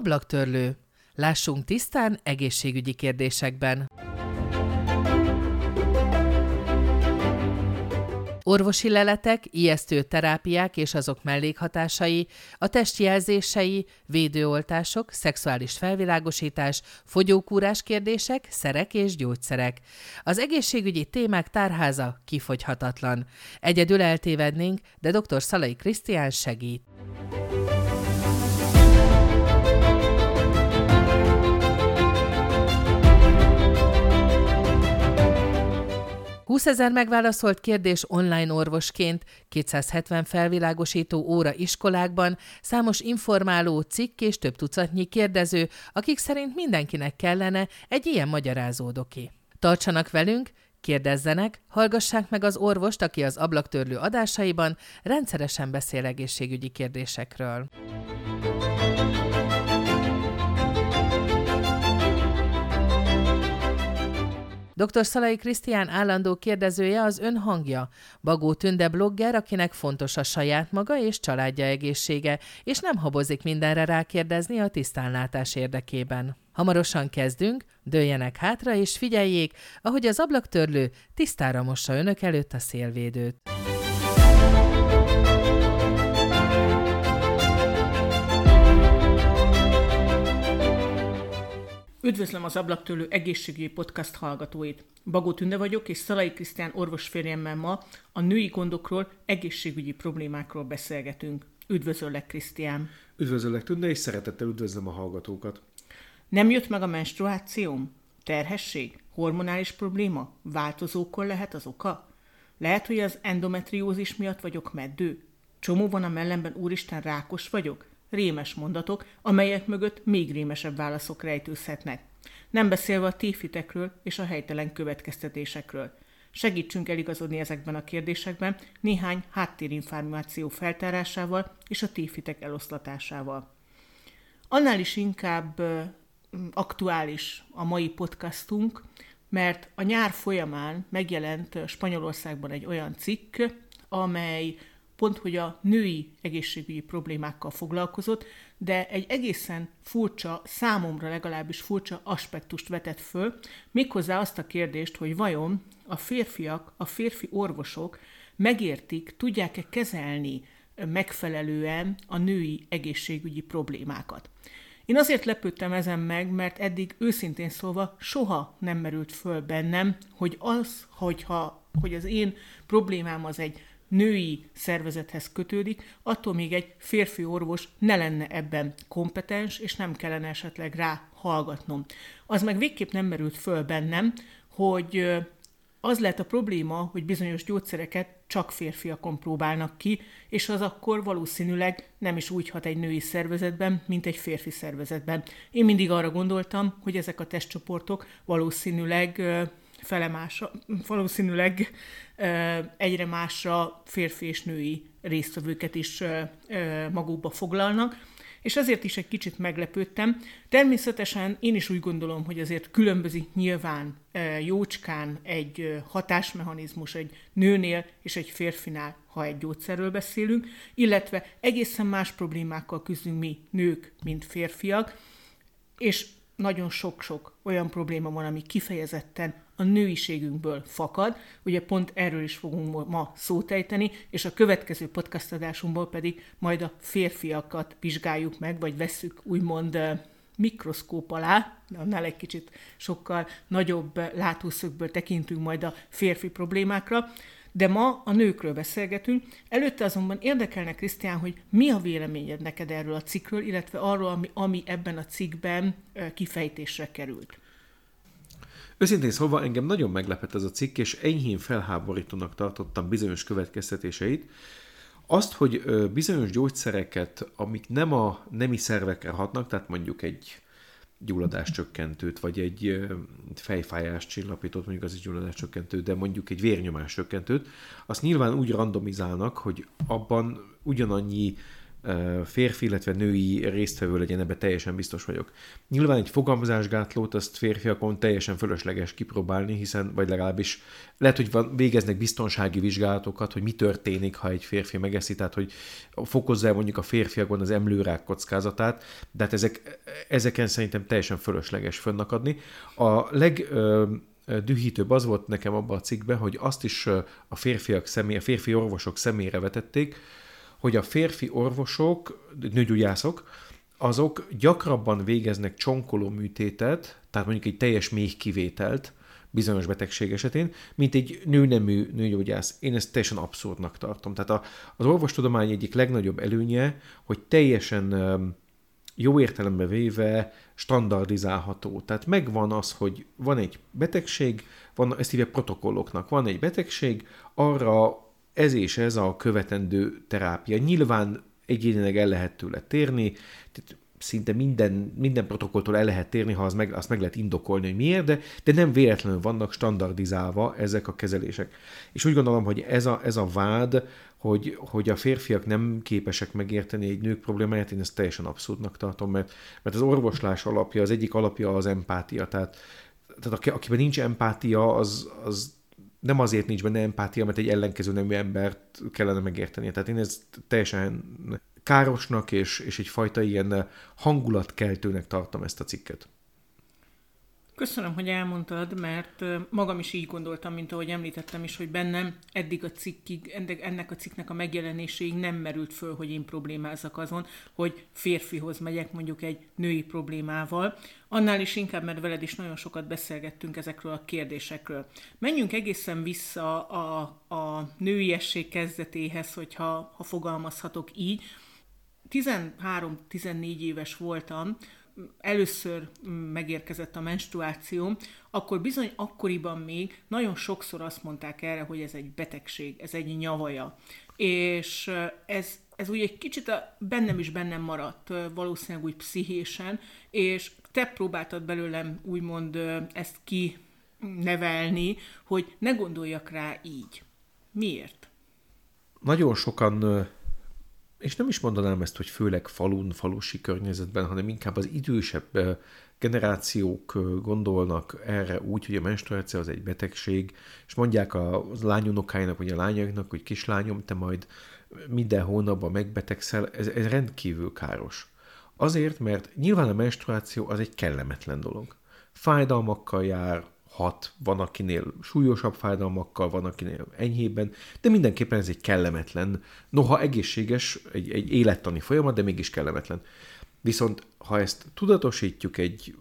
ablaktörlő. Lássunk tisztán egészségügyi kérdésekben. Orvosi leletek, ijesztő terápiák és azok mellékhatásai, a testjelzései, védőoltások, szexuális felvilágosítás, fogyókúrás kérdések, szerek és gyógyszerek. Az egészségügyi témák tárháza kifogyhatatlan. Egyedül eltévednénk, de dr. Szalai Krisztián segít. 20 000 megválaszolt kérdés online orvosként, 270 felvilágosító óra iskolákban, számos informáló cikk és több tucatnyi kérdező, akik szerint mindenkinek kellene egy ilyen magyarázó doki. Tartsanak velünk, kérdezzenek, hallgassák meg az orvost, aki az ablaktörlő adásaiban rendszeresen beszél egészségügyi kérdésekről. Dr. Szalai Krisztián állandó kérdezője az ön hangja. Bagó Tünde blogger, akinek fontos a saját maga és családja egészsége, és nem habozik mindenre rákérdezni a tisztánlátás érdekében. Hamarosan kezdünk, dőljenek hátra és figyeljék, ahogy az ablaktörlő tisztára mossa önök előtt a szélvédőt. Üdvözlöm az Ablaktörlő egészségügyi podcast hallgatóit. Bagó Tünde vagyok, és Szalai Krisztián orvosférjemmel ma a női gondokról, egészségügyi problémákról beszélgetünk. Üdvözöllek, Krisztián! Üdvözöllek, Tünde, és szeretettel üdvözlöm a hallgatókat. Nem jött meg a menstruációm? Terhesség? Hormonális probléma? Változókor lehet az oka? Lehet, hogy az endometriózis miatt vagyok meddő? Csomó van a mellemben, úristen, rákos vagyok? Rémes mondatok, amelyek mögött még rémesebb válaszok rejtőzhetnek. Nem beszélve a tévhitekről és a helytelen következtetésekről. Segítsünk eligazodni ezekben a kérdésekben néhány háttérinformáció feltárásával és a tévhitek eloszlatásával. Annál is inkább aktuális a mai podcastunk, mert a nyár folyamán megjelent Spanyolországban egy olyan cikk, amely pont, hogy a női egészségügyi problémákkal foglalkozott, de egy egészen furcsa, számomra legalábbis furcsa aspektust vetett föl, méghozzá azt a kérdést, hogy vajon a férfiak, a férfi orvosok megértik, tudják-e kezelni megfelelően a női egészségügyi problémákat. Én azért lepődtem ezen meg, mert eddig őszintén szólva soha nem merült föl bennem, hogy hogy az én problémám az egy női szervezethez kötődik, attól még egy férfi orvos ne lenne ebben kompetens, és nem kellene esetleg rá hallgatnom. Az meg végképp nem merült föl bennem, hogy az lehet a probléma, hogy bizonyos gyógyszereket csak férfiakon próbálnak ki, és az akkor valószínűleg nem is úgy hat egy női szervezetben, mint egy férfi szervezetben. Én mindig arra gondoltam, hogy ezek a testcsoportok valószínűleg egyre másra férfi és női résztvevőket is magukba foglalnak, és ezért is egy kicsit meglepődtem. Természetesen én is úgy gondolom, hogy azért különbözik nyilván jócskán egy hatásmechanizmus egy nőnél és egy férfinál, ha egy gyógyszerről beszélünk, illetve egészen más problémákkal küzdünk mi nők, mint férfiak, és nagyon sok-sok olyan probléma van, ami kifejezetten a nőiségünkből fakad. Ugye pont erről is fogunk ma szót ejteni, és a következő podcast adásunkból pedig majd a férfiakat vizsgáljuk meg, vagy vesszük úgymond mikroszkóp alá, annál egy kicsit sokkal nagyobb látószögből tekintünk majd a férfi problémákra, de ma a nőkről beszélgetünk. Előtte azonban érdekelne, Krisztián, hogy mi a véleményed neked erről a cikkről, illetve arról, ami ebben a cikkben kifejtésre került. Őszintén szólva engem nagyon meglepett ez a cikk, és enyhén felháborítónak tartottam bizonyos következtetéseit. Azt, hogy bizonyos gyógyszereket, amik nem a nemi szervekre hatnak, tehát mondjuk egy gyulladáscsökkentőt, vagy egy fejfájáscsillapítót, mondjuk az is gyulladáscsökkentő, de mondjuk egy vérnyomáscsökkentőt, azt nyilván úgy randomizálnak, hogy abban ugyanannyi férfi, illetve női résztvevő legyen, ebben teljesen biztos vagyok. Nyilván egy fogamzásgátlót azt férfiakon teljesen fölösleges kipróbálni, hiszen, vagy legalábbis lehet, hogy végeznek biztonsági vizsgálatokat, hogy mi történik, ha egy férfi megeszi, tehát hogy fokozza mondjuk a férfiakon az emlőrák kockázatát, de hát ezeken szerintem teljesen fölösleges fönnakadni. A dühítőbb az volt nekem abban a cikkben, hogy azt is a férfi orvosok személyre vetették, hogy a férfi orvosok, nőgyógyászok, azok gyakrabban végeznek csonkoló műtétet, tehát mondjuk egy teljes méhkivételt bizonyos betegség esetén, mint egy nőnemű nőgyógyász. Én ezt teljesen abszurdnak tartom. Tehát az orvostudomány egyik legnagyobb előnye, hogy teljesen jó értelembe véve standardizálható. Tehát megvan az, hogy van egy betegség, ezt hívják protokolloknak, van egy betegség, arra ez és ez a követendő terápia. Nyilván egyénileg el lehet tőle térni, tehát szinte minden protokolltól el lehet térni, ha azt meg lehet indokolni, hogy miért, de nem véletlenül vannak standardizálva ezek a kezelések. És úgy gondolom, hogy ez a vád, hogy a férfiak nem képesek megérteni egy nők problémáját, én ezt teljesen abszurdnak tartom, mert az orvoslás alapja, az egyik alapja az empátia. Tehát akiben nincs empátia, az nem azért nincs benne empátia, mert egy ellenkező nemű embert kellene megérteni. Tehát én ezt teljesen károsnak és egyfajta ilyen hangulatkeltőnek tartom ezt a cikket. Köszönöm, hogy elmondtad, mert magam is így gondoltam, mint ahogy említettem is, hogy bennem eddig ennek a cikknek a megjelenéséig nem merült föl, hogy én problémázzak azon, hogy férfihoz megyek mondjuk egy női problémával. Annál is inkább, mert veled is nagyon sokat beszélgettünk ezekről a kérdésekről. Menjünk egészen vissza a nőiesség kezdetéhez, hogyha fogalmazhatok így. 13-14 éves voltam, először megérkezett a menstruációm, akkor bizony akkoriban még nagyon sokszor azt mondták erre, hogy ez egy betegség, ez egy nyavaja. És ez úgy egy kicsit bennem maradt, valószínűleg úgy pszichésen, és te próbáltad belőlem úgymond ezt kinevelni, hogy ne gondoljak rá így. Miért? Nagyon sokan, és nem is mondanám ezt, hogy főleg falusi környezetben, hanem inkább az idősebb generációk gondolnak erre úgy, hogy a menstruáció az egy betegség, és mondják a lányunokáinak, vagy a lányainknak, hogy kislányom, te majd minden hónapban megbetegszel, ez rendkívül káros. Azért, mert nyilván a menstruáció az egy kellemetlen dolog. Fájdalmakkal jár, van akinél súlyosabb fájdalmakkal, van akinél enyhébben, de mindenképpen ez egy kellemetlen, noha egészséges, egy élettani folyamat, de mégis kellemetlen. Viszont ha ezt tudatosítjuk egy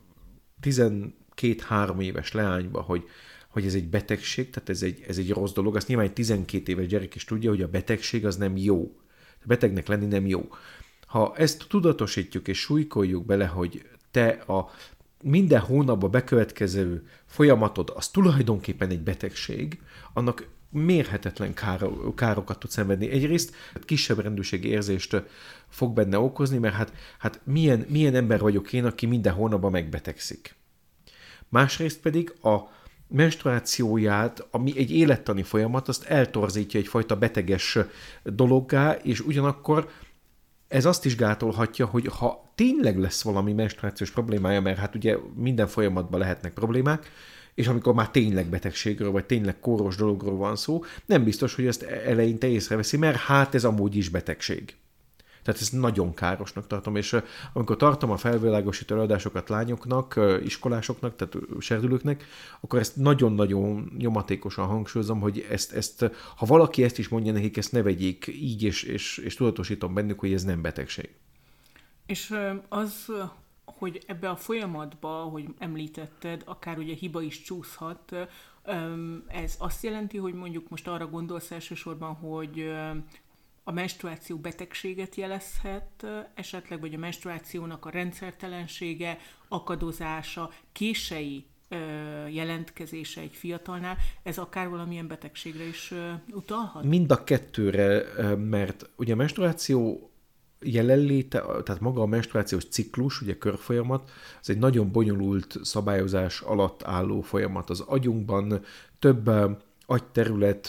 12-3 éves leányba, hogy ez egy betegség, tehát ez egy rossz dolog, azt nyilván egy 12 éves gyerek is tudja, hogy a betegség az nem jó. A betegnek lenni nem jó. Ha ezt tudatosítjuk és súlykoljuk bele, hogy te minden hónapban bekövetkező folyamatod, az tulajdonképpen egy betegség, annak mérhetetlen károkat tud szenvedni. Egyrészt kisebb rendőrségi érzést fog benne okozni, mert hát milyen ember vagyok én, aki minden hónapban megbetegszik. Másrészt pedig a menstruációját, ami egy élettani folyamat, azt eltorzítja egyfajta beteges dologgá, és ugyanakkor ez azt is gátolhatja, hogy ha tényleg lesz valami menstruációs problémája, mert hát ugye minden folyamatban lehetnek problémák, és amikor már tényleg betegségről, vagy tényleg kóros dologról van szó, nem biztos, hogy ezt eleinte észreveszi, mert hát ez amúgy is betegség. Tehát ezt nagyon károsnak tartom, és amikor tartom a felvilágosító előadásokat lányoknak, iskolásoknak, tehát serdülőknek, akkor ezt nagyon-nagyon nyomatékosan hangsúlyozom, hogy ezt ha valaki ezt is mondja nekik, ezt ne vegyék így, és tudatosítom bennük, hogy ez nem betegség. És az, hogy ebbe a folyamatba, hogy említetted, akár ugye hiba is csúszhat, ez azt jelenti, hogy mondjuk most arra gondolsz elsősorban, hogy a menstruáció betegséget jelezhet esetleg, vagy a menstruációnak a rendszertelensége, akadozása, kései jelentkezése egy fiatalnál, ez akár valamilyen betegségre is utalhat? Mind a kettőre, mert ugye a menstruáció jelenléte, tehát maga a menstruációs ciklus, ugye körfolyamat, az egy nagyon bonyolult szabályozás alatt álló folyamat. Az agyunkban több agyterület,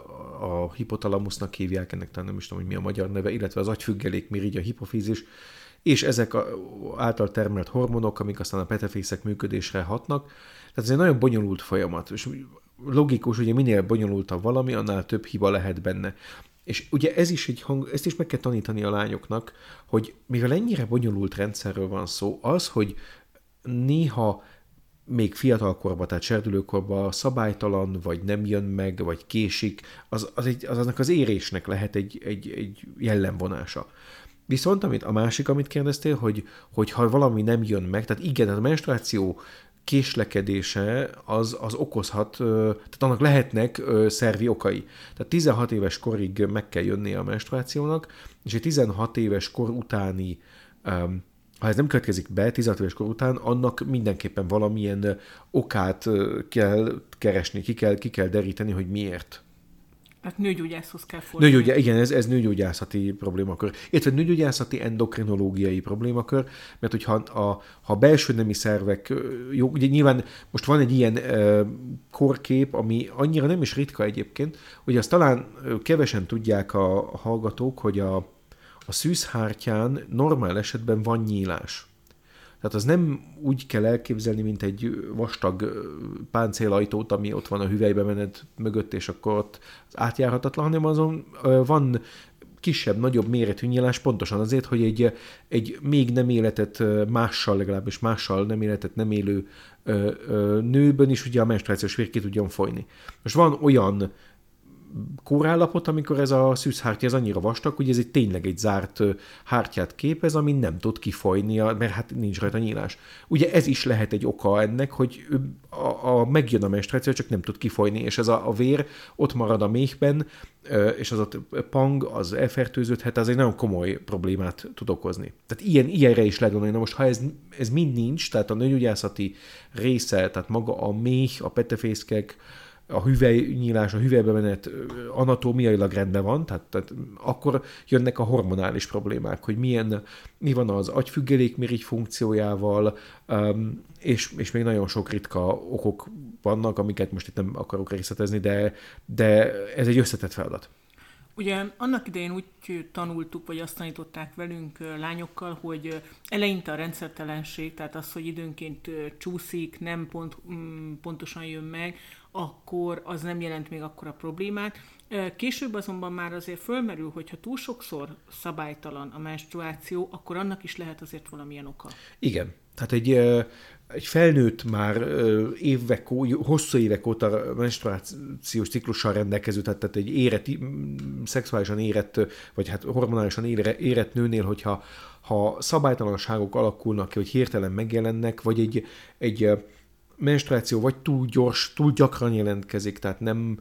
a hipotalamusznak hívják, ennek talán nem is tudom, hogy mi a magyar neve, illetve az agyfüggelékmirigy, a hipofízis, és ezek által termelt hormonok, amik aztán a petefészek működésre hatnak. Tehát ez egy nagyon bonyolult folyamat, és logikus, hogy minél bonyolultabb valami, annál több hiba lehet benne. És ugye ez is ezt is meg kell tanítani a lányoknak, hogy mivel ennyire bonyolult rendszerről van szó, az, hogy néha még fiatalkorban, tehát serdülőkorban szabálytalan, vagy nem jön meg, vagy késik, aznak az érésnek lehet egy jellemvonása. Viszont a másik, amit kérdeztél, hogy ha valami nem jön meg, tehát igen, a menstruáció késlekedése az okozhat, tehát annak lehetnek szervi okai. Tehát 16 éves korig meg kell jönnie a menstruációnak, és egy 16 éves kor utáni, ha ez nem következik be 16 éves kor után, annak mindenképpen valamilyen okát kell keresni, ki kell deríteni, hogy miért. Hát nőgyógyászhoz kell fordulni. Igen, ez nőgyógyászati problémakör. Illetve nőgyógyászati endokrinológiai problémakör, mert hogyha a belső nemi szervek, jó, ugye nyilván most van egy ilyen korkép, ami annyira nem is ritka egyébként, hogy azt talán kevesen tudják a hallgatók, hogy a szűzhártyán normál esetben van nyílás. Tehát az nem úgy kell elképzelni, mint egy vastag páncélajtót, ami ott van a hüvelybe menet mögött, és akkor ott átjárhatatlan, hanem azon van kisebb, nagyobb méretű nyílás, pontosan azért, hogy egy még nem életet legalábbis mással nem életet nem élő nőbön is ugye a menstruációs vér ki tudjon folyni. Most van olyan kórállapot, amikor ez a szűzhártya ez annyira vastag, hogy ez tényleg egy zárt hártyát képez, ami nem tud kifolyni, mert hát nincs rajta nyílás. Ugye ez is lehet egy oka ennek, hogy megjön a menstruáció, csak nem tud kifolyni, és ez a vér ott marad a méhben, és az ott pang, az elfertőződhet, az egy nagyon komoly problémát tud okozni. Tehát ilyenre is lehet gondolni. Na most, ha ez mind nincs, tehát a nőgyógyászati része, tehát maga a méh, a petefészkek, a hüvelynyílás, a hüvelybe menet anatómiailag rendben van, tehát akkor jönnek a hormonális problémák, hogy mi van az agyfüggelékmirigy funkciójával, és még nagyon sok ritka okok vannak, amiket most itt nem akarok részletezni, de ez egy összetett feladat. Ugye annak idején úgy tanultuk, vagy azt tanították velünk lányokkal, hogy eleinte a rendszertelenség, tehát az, hogy időnként csúszik, nem pontosan jön meg, akkor az nem jelent még akkora problémát. Később azonban már azért fölmerül, hogyha túl sokszor szabálytalan a menstruáció, akkor annak is lehet azért valamilyen oka. Igen. Tehát egy felnőtt már hosszú évek óta menstruációs ciklussal rendelkező, tehát egy szexuálisan érett, vagy hát hormonálisan érett nőnél, hogyha szabálytalanságok alakulnak ki, hogy hirtelen megjelennek, vagy egy menstruáció vagy túl gyors, túl gyakran jelentkezik, tehát nem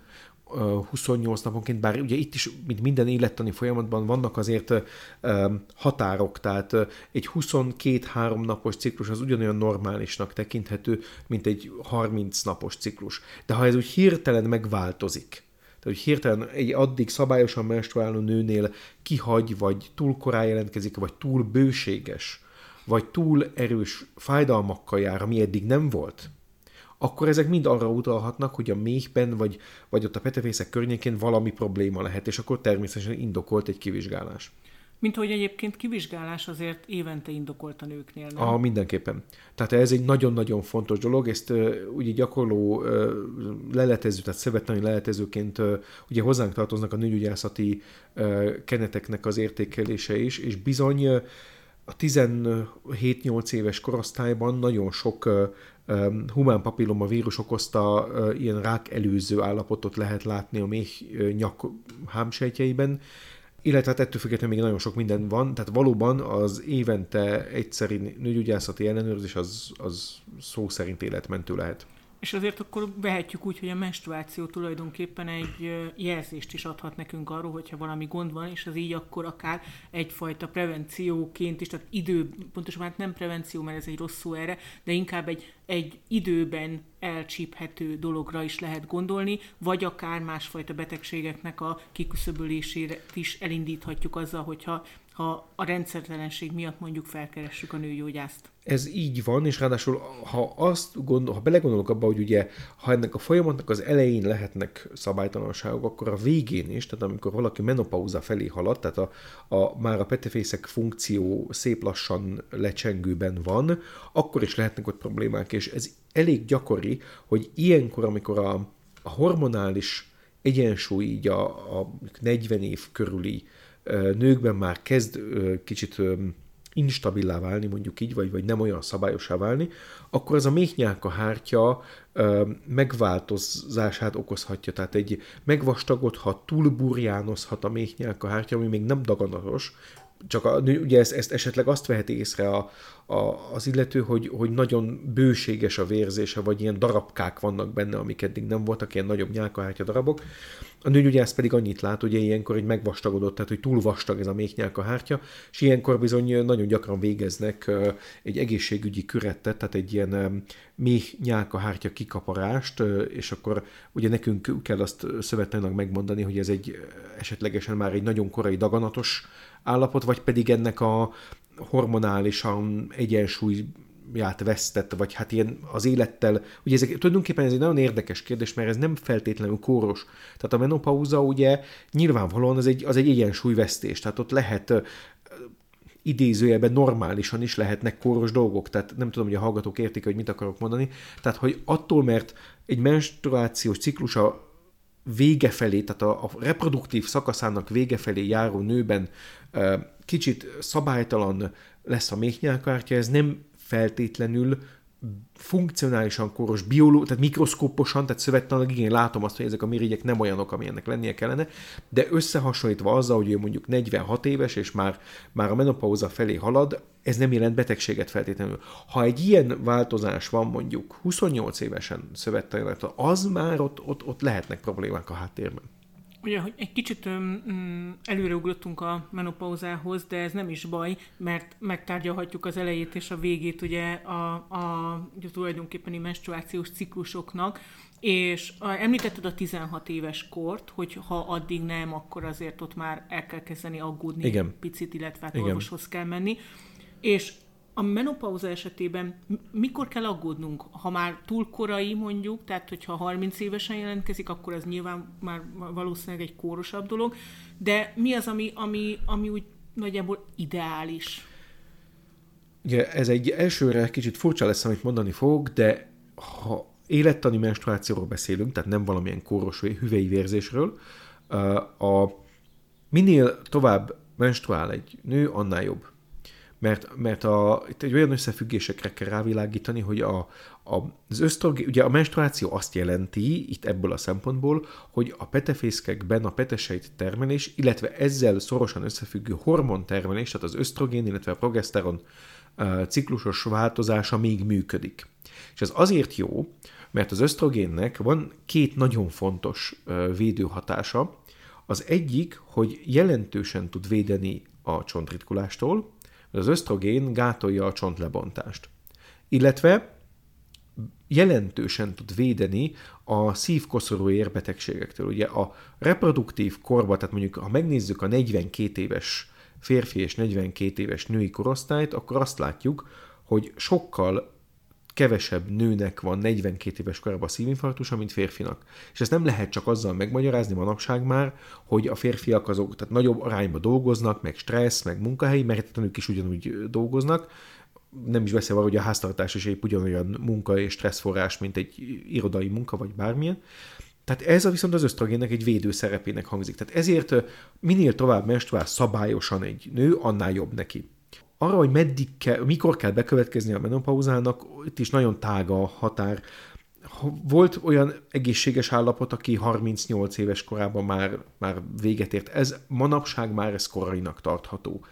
28 naponként, bár ugye itt is, mint minden élettani folyamatban vannak azért határok, tehát egy 22-3 napos ciklus az ugyanolyan normálisnak tekinthető, mint egy 30 napos ciklus. De ha ez úgy hirtelen megváltozik, tehát hogy hirtelen egy addig szabályosan menstruáló nőnél kihagy, vagy túl korán jelentkezik, vagy túl bőséges, vagy túl erős fájdalmakkal jár, ami eddig nem volt, akkor ezek mind arra utalhatnak, hogy a méhben, vagy ott a petefészek környékén valami probléma lehet, és akkor természetesen indokolt egy kivizsgálás. Mint hogy egyébként kivizsgálás azért évente indokolt a nőknél, nem? Mindenképpen. Tehát ez egy nagyon-nagyon fontos dolog, ezt ugye gyakorló leletező, tehát szövettani leletezőként ugye hozzánk tartoznak a nőgyógyászati keneteknek az értékelése is, és bizony a 17-8 éves korosztályban nagyon sok humán papillomavírus okozta ilyen rák előző állapotot lehet látni a méh nyak hámsejtjeiben, illetve hát ettől függetlenül még nagyon sok minden van, tehát valóban az évente egyszeri nőgyógyászati ellenőrzés az szó szerint életmentő lehet. És azért akkor vehetjük úgy, hogy a menstruáció tulajdonképpen egy jelzést is adhat nekünk arról, hogyha valami gond van, és az így akkor akár egyfajta prevencióként is, tehát pontosabban hát nem prevenció, mert ez egy rossz szó erre, de inkább egy időben elcsíphető dologra is lehet gondolni, vagy akár másfajta betegségeknek a kiküszöbölésére is elindíthatjuk azzal, hogyha ha a rendszertelenség miatt mondjuk felkeressük a nőgyógyászt. Ez így van, és ráadásul, ha belegondolok abba, hogy ugye, ha ennek a folyamatnak az elején lehetnek szabálytalanságok, akkor a végén is, tehát amikor valaki menopauza felé halad, tehát már a petefészek funkció szép lassan lecsengőben van, akkor is lehetnek ott problémák, és ez elég gyakori, hogy ilyenkor, amikor a hormonális egyensúly így a 40 év körüli nőkben már kezd kicsit instabilá válni, mondjuk így, vagy nem olyan szabályosá válni, akkor az a méhnyálkahártya megváltozását okozhatja. Tehát egy megvastagodhat, túlburjánozhat a méhnyálkahártya, ami még nem daganatos, csak ugye ezt esetleg azt veheti észre az illető, hogy nagyon bőséges a vérzése, vagy ilyen darabkák vannak benne, amik eddig nem voltak, ilyen nagyobb nyálkahártya darabok. A nőgyógyász pedig annyit lát, ugye ilyenkor egy megvastagodott, tehát hogy túl vastag ez a méhnyálkahártya, és ilyenkor bizony nagyon gyakran végeznek egy egészségügyi kürettet, tehát egy ilyen méhnyálkahártya kikaparást, és akkor ugye nekünk kell azt szövetlenek megmondani, hogy ez egy esetlegesen már egy nagyon korai daganatos állapot, vagy pedig ennek a hormonálisan egyensúlyát vesztett, vagy hát ilyen az élettel, ugye tulajdonképpen ez egy nagyon érdekes kérdés, mert ez nem feltétlenül kóros. Tehát a menopauza ugye nyilvánvalóan az egy egyensúlyvesztés, tehát ott lehet idézőjelben normálisan is lehetnek kóros dolgok, tehát nem tudom, hogy a hallgatók értik, hogy mit akarok mondani, tehát hogy attól, mert egy menstruációs ciklusa vége felé, tehát a reproduktív szakaszának vége felé járó nőben kicsit szabálytalan lesz a méhnyálkahártya, ez nem feltétlenül funkcionálisan kóros, tehát mikroszkóposan, tehát szövetlenek, igen, látom azt, hogy ezek a mirigyek nem olyanok, amilyennek lennie kellene, de összehasonlítva azzal, hogy ő mondjuk 46 éves, és már a menopauza felé halad, ez nem jelent betegséget feltétlenül. Ha egy ilyen változás van mondjuk 28 évesen szövetlenek, az már ott lehetnek problémák a háttérben. Ugye, hogy egy kicsit előreugrottunk a menopauzához, de ez nem is baj, mert megtárgyalhatjuk az elejét és a végét ugye a tulajdonképpeni menstruációs ciklusoknak, és említetted a 16 éves kort, hogy ha addig nem, akkor azért ott már el kell kezdeni aggódni. Igen. Picit, illetve hát orvoshoz kell menni. És a menopauza esetében mikor kell aggódnunk? Ha már túl korai mondjuk, tehát hogyha 30 évesen jelentkezik, akkor ez nyilván már valószínűleg egy kórosabb dolog, de mi az, ami úgy nagyjából ideális? Ugye ez egy elsőre kicsit furcsa lesz, amit mondani fogok, de ha élettani menstruációról beszélünk, tehát nem valamilyen kóros hüvely vérzésről, minél tovább menstruál egy nő, annál jobb. Mert itt egy olyan összefüggésekre kell rávilágítani, hogy az ösztrogén, ugye a menstruáció azt jelenti, itt ebből a szempontból, hogy a petefészkekben a petesejt termelés, illetve ezzel szorosan összefüggő hormontermelés, tehát az ösztrogén, illetve a progeszteron ciklusos változása még működik. És ez azért jó, mert az ösztrogénnek van két nagyon fontos védőhatása. Az egyik, hogy jelentősen tud védeni a csontritkulástól, az ösztrogén gátolja a csontlebontást. Illetve jelentősen tud védeni a szívkoszorú érbetegségektől. Ugye a reproduktív korban, tehát mondjuk ha megnézzük a 42 éves férfi és 42 éves női korosztályt, akkor azt látjuk, hogy sokkal kevesebb nőnek van 42 éves korában szívinfarktusa, mint férfinak. És ezt nem lehet csak azzal megmagyarázni manapság már, hogy a férfiak azok tehát nagyobb arányban dolgoznak, meg stressz, meg munkahelyi, mert a nők is ugyanúgy dolgoznak. Nem is beszélve, hogy a háztartás is épp ugyanolyan munka és stresszforrás, mint egy irodai munka, vagy bármilyen. Tehát ez viszont az ösztrogénnek egy védő szerepének hangzik. Tehát ezért minél tovább menstruál szabályosan egy nő, annál jobb neki. Arra, hogy mikor kell bekövetkezni a menopauzának, itt is nagyon tága a határ. Volt olyan egészséges állapot, aki 38 éves korában már véget ért. Ez manapság már ez korainak tartható.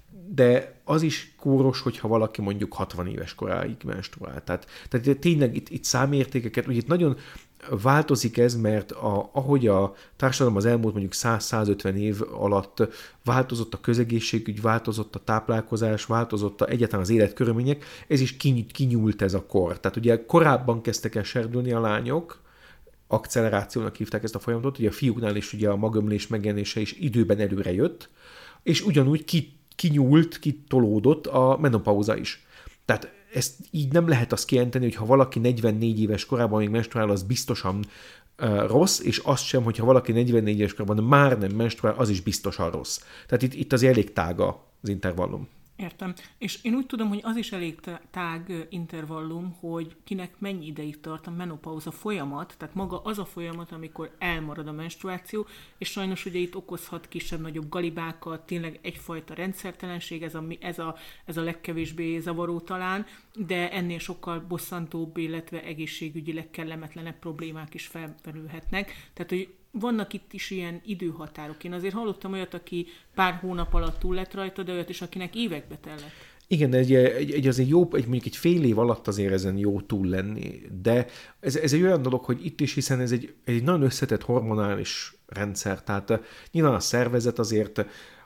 De az is kóros, hogyha valaki mondjuk 60 éves koráig menstruál. Tehát tényleg itt számértékeket, ugye itt nagyon változik ez, mert ahogy a társadalom az elmúlt mondjuk 100-150 év alatt változott a közegészségügy, változott a táplálkozás, változott egyáltalán az életkörülmények, ez is kinyúlt ez a kor. Tehát ugye korábban kezdtek el serdülni a lányok, akcelerációnak hívták ezt a folyamatot, ugye a fiúknál is ugye a magömlés megjelenése is időben előre jött, és ugyanúgy kinyúlt, kitolódott a menopauza is. Tehát ezt így nem lehet azt kijelenteni, hogy ha valaki 44 éves korában még menstruál, az biztosan rossz, és azt sem, hogyha valaki 44 éves korában már nem menstruál, az is biztosan rossz. Tehát itt az elég tága az intervallum. Értem. És én úgy tudom, hogy az is elég tág intervallum, hogy kinek mennyi ideig tart a menopauza folyamat, tehát maga az a folyamat, amikor elmarad a menstruáció, és sajnos ugye itt okozhat kisebb-nagyobb galibákat, tényleg egyfajta rendszertelenség, ez a legkevésbé zavaró talán, de ennél sokkal bosszantóbb, illetve egészségügyileg kellemetlenebb problémák is felmerülhetnek. Tehát, hogy vannak itt is ilyen időhatárok. Én azért hallottam olyat, aki pár hónap alatt túl lett rajta, de olyat is, akinek évekbe tellett. Igen, azért jó, mondjuk egy fél év alatt azért ezen jó túl lenni, de ez egy olyan dolog, hogy itt is, hiszen ez egy nagyon összetett hormonális rendszer, tehát nyilván a szervezet azért,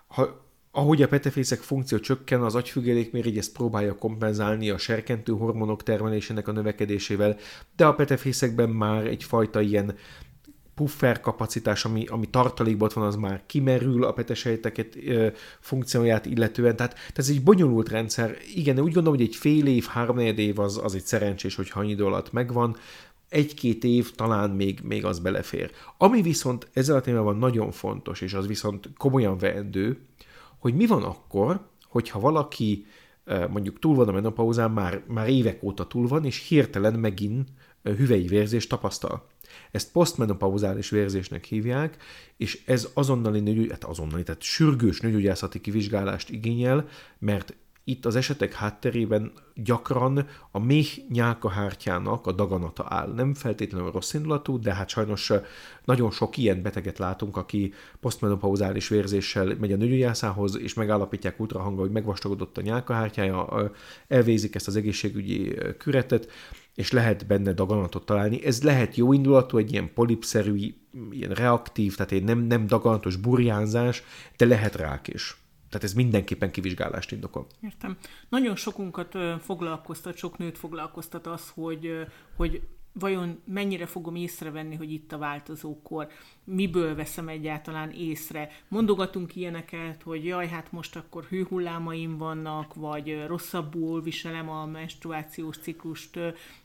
ahogy a petefészek funkció csökken, az agyfüggelékmirigy ezt próbálja kompenzálni a serkentő hormonok termelésének a növekedésével, de a petefészekben már egyfajta ilyen puffer kapacitás, ami tartalékban van, az már kimerül a petesejteket funkcióját illetően. Tehát ez egy bonyolult rendszer. Igen, úgy gondolom, hogy egy fél év, 3-4 év az egy szerencsés, hogyha annyi idő alatt megvan. 1-2 év talán még az belefér. Ami viszont ezzel a témában nagyon fontos, és az viszont komolyan veendő, hogy mi van akkor, hogyha valaki mondjuk túl van a menopauzán, már évek óta túl van, és hirtelen megint hüvely vérzést tapasztal. Ezt posztmenopauzális vérzésnek hívják, és ez tehát sürgős nőgyógyászati kivizsgálást igényel, mert itt az esetek hátterében gyakran a méh nyálkahártyának a daganata áll. Nem feltétlenül rossz indulatú, de hát sajnos nagyon sok ilyen beteget látunk, aki posztmenopauzális vérzéssel megy a nőgyógyászához, és megállapítják ultrahanggal, hogy megvastagodott a nyálkahártyája, elvégzik ezt az egészségügyi küretet, és lehet benne daganatot találni. Ez lehet jó indulatú, egy ilyen polipszerű, ilyen reaktív, tehát egy nem daganatos burjánzás, de lehet rák is. Tehát ez mindenképpen kivizsgálást indokol. Értem. Nagyon sokunkat foglalkoztat, sok nőt foglalkoztat az, hogy vajon mennyire fogom észrevenni, hogy itt a változókor, miből veszem egyáltalán észre. Mondogatunk ilyeneket, hogy jaj, hát most akkor hőhullámaim vannak, vagy rosszabbul viselem a menstruációs ciklust,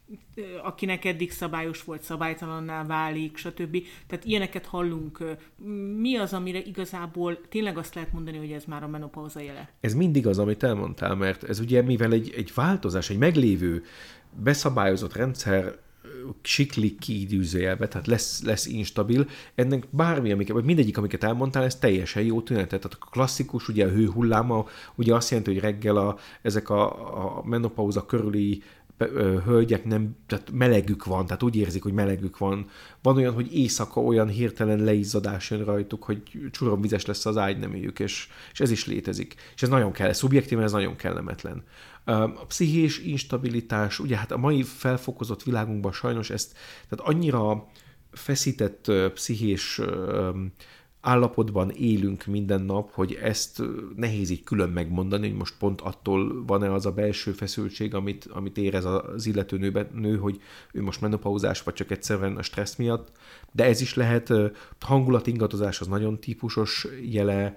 akinek eddig szabályos volt, szabálytalanná válik, stb. Tehát ilyeneket hallunk. Mi az, amire igazából tényleg azt lehet mondani, hogy ez már a menopauza jele? Ez mindig az, amit elmondtál, mert ez ugye mivel egy változás, egy meglévő, beszabályozott rendszer siklik ki időzőjelbe, tehát lesz instabil. Ennek bármi, vagy mindegyik, amiket elmondtál, ez teljesen jó tünetet. Tehát a klasszikus, ugye a hőhulláma, ugye azt jelenti, hogy reggel ezek a menopauza körüli hölgyek tehát melegük van, tehát úgy érzik, hogy melegük van. Van olyan, hogy éjszaka olyan hirtelen leizzadás jön rajtuk, hogy csuromvizes lesz az ágyneműjük, és ez is létezik. És ez nagyon kell, szubjektíven ez nagyon kellemetlen. A pszichés instabilitás, ugye hát a mai felfokozott világunkban sajnos tehát annyira feszített pszichés állapotban élünk minden nap, hogy ezt nehéz így külön megmondani, hogy most pont attól van-e az a belső feszültség, amit érez az illető nő, hogy ő most menopauzás, vagy csak egyszerűen a stressz miatt. De ez is lehet, hangulatingadozás az nagyon típusos jele,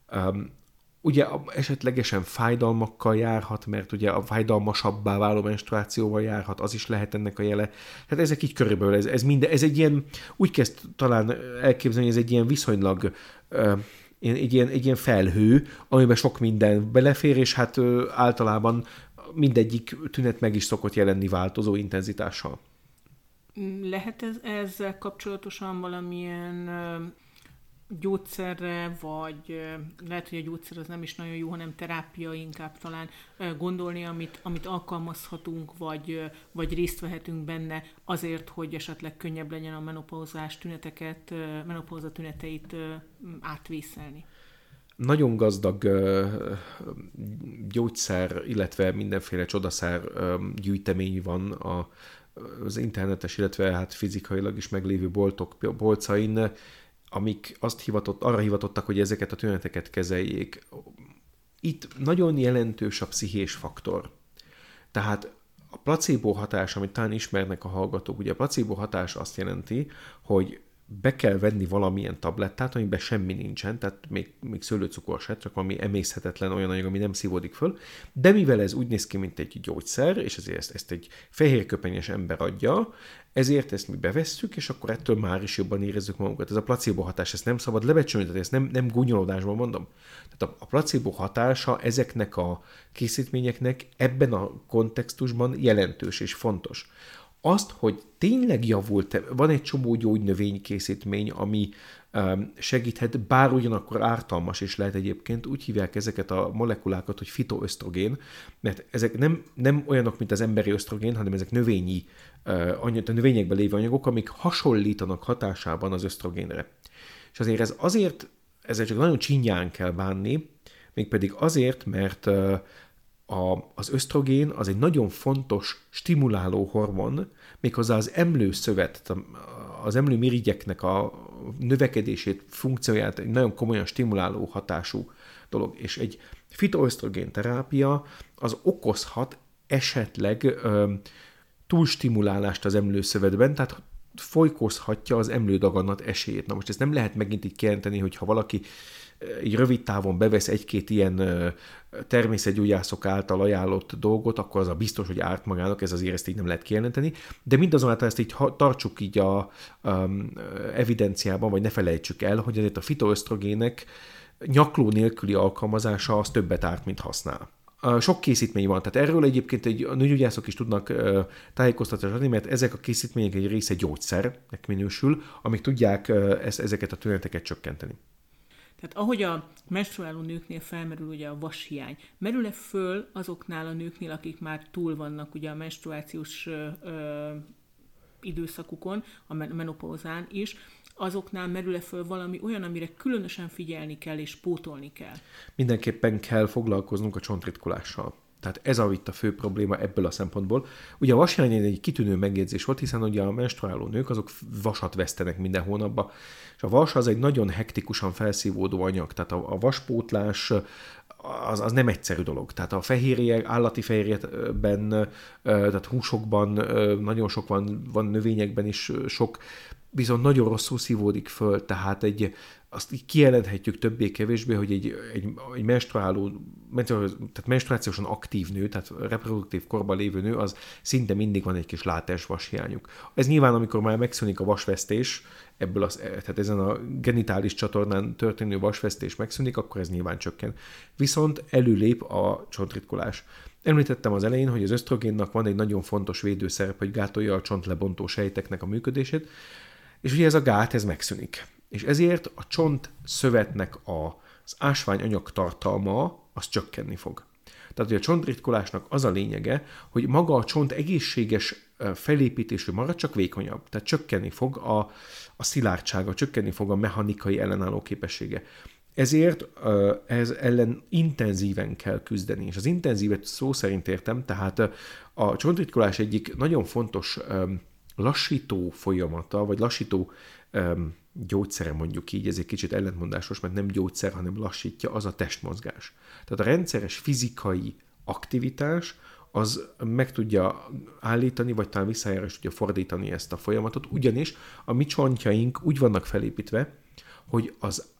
ugye esetlegesen fájdalmakkal járhat, mert ugye a fájdalmasabbá váló menstruációval járhat, az is lehet ennek a jele. Tehát ezek így körülbelül, ez egy ilyen, úgy kezd talán elképzelni, hogy ez egy ilyen viszonylag, egy ilyen felhő, amiben sok minden belefér, és hát általában mindegyik tünet meg is szokott jelenni változó intenzitással. Lehet ezzel kapcsolatosan valamilyen gyógyszerre, vagy lehet, hogy a gyógyszer az nem is nagyon jó, hanem terápia inkább talán gondolni, amit alkalmazhatunk, vagy részt vehetünk benne azért, hogy esetleg könnyebb legyen a menopauza tüneteit átvészelni. Nagyon gazdag gyógyszer, illetve mindenféle csodaszer gyűjtemény van az internetes, illetve hát fizikailag is meglévő boltok polcain, amik arra hivatottak, hogy ezeket a tüneteket kezeljék. Itt nagyon jelentős a pszichés faktor. Tehát a placebo hatás, amit talán ismernek a hallgatók, ugye a placebo hatás azt jelenti, hogy be kell venni valamilyen tablettát, amiben semmi nincsen, tehát még szőlőcukor se, csak valami emészhetetlen olyan anyag, ami nem szívódik föl, de mivel ez úgy néz ki, mint egy gyógyszer, és ezért ezt egy fehérköpenyes ember adja, ezért ezt mi bevesszük, és akkor ettől már is jobban érezzük magunkat. Ez a placebo hatás, ezt nem szabad lebecsülni, tehát ezt nem gúnyolódásban mondom. Tehát a placebo hatása ezeknek a készítményeknek ebben a kontextusban jelentős és fontos. Azt, hogy tényleg javult, van egy csomó gyógynövénykészítmény, ami segíthet, bár ugyanakkor ártalmas is lehet egyébként, úgy hívják ezeket a molekulákat, hogy fitoösztrogén, mert ezek nem olyanok, mint az emberi ösztrogén, hanem ezek növényi, a növényekben lévő anyagok, amik hasonlítanak hatásában az ösztrogénre. És azért ezzel csak nagyon csinyán kell bánni, mégpedig azért, mert az ösztrogén az egy nagyon fontos stimuláló hormon, méghozzá az emlőszövet, az emlőmirigyeknek a növekedését, funkcióját egy nagyon komolyan stimuláló hatású dolog. És egy fitoösztrogén terápia az okozhat esetleg túlstimulálást az emlőszövetben, tehát folykózhatja az emlődaganat esélyét. Na most ezt nem lehet megint így kijelenteni, hogy ha valaki így rövid távon bevesz egy-két ilyen természetgyógyászok által ajánlott dolgot, akkor az a biztos, hogy árt magának, azért ezt így nem lehet kijelenteni, de mindazonáltal ezt így tartsuk így a evidenciában, vagy ne felejtsük el, hogy azért a fitoösztrogének nyakló nélküli alkalmazása az többet árt, mint használ. Sok készítmény van, tehát erről egyébként a nőgyógyászok is tudnak tájékoztatást adni, mert ezek a készítmények egy része gyógyszernek minősül, amik tudják ezeket a tüneteket csökkenteni. Tehát ahogy a menstruáló nőknél felmerül ugye a vashiány, merül-e föl azoknál a nőknél, akik már túl vannak ugye a menstruációs időszakukon, a menopózán is, azoknál merül-e föl valami olyan, amire különösen figyelni kell és pótolni kell? Mindenképpen kell foglalkoznunk a csontritkulással. Tehát ez itt a fő probléma ebből a szempontból. Ugye a vashiány egy kitűnő megjegyzés volt, hiszen ugye a menstruáló nők azok vasat vesztenek minden hónapban, és a vas az egy nagyon hektikusan felszívódó anyag, tehát a vaspótlás az nem egyszerű dolog. Tehát a fehérje, állati fehérjében, tehát húsokban nagyon sok van növényekben is sok, viszont nagyon rosszul szívódik föl, tehát azt így kijelenthetjük többé-kevésbé, hogy egy menstruáló, tehát menstruációsan aktív nő, tehát reproduktív korban lévő nő, az szinte mindig van egy kis látens vashiányuk. Ez nyilván, amikor már megszűnik a vasvesztés, tehát ezen a genitális csatornán történő vasvesztés megszűnik, akkor ez nyilván csökken. Viszont előlép a csontritkulás. Említettem az elején, hogy az ösztrogénnak van egy nagyon fontos védőszerep, hogy gátolja a csontlebontó sejteknek a működését, és ugye ez a gát, ez megszűnik. És ezért a csontszövetnek az ásványanyag tartalma az csökkenni fog. Tehát, hogy a csontritkulásnak az a lényege, hogy maga a csont egészséges felépítésű marad, csak vékonyabb. Tehát csökkenni fog a szilárdsága, csökkenni fog a mechanikai ellenálló képessége. Ezért ez ellen intenzíven kell küzdeni. És az intenzívet szó szerint értem, tehát a csontritkulás egyik nagyon fontos lassító folyamata, vagy lassító gyógyszere mondjuk így, ez egy kicsit ellentmondásos, mert nem gyógyszer, hanem lassítja, az a testmozgás. Tehát a rendszeres fizikai aktivitás az meg tudja állítani, vagy talán visszájára is tudja fordítani ezt a folyamatot, ugyanis a mi csontjaink úgy vannak felépítve, hogy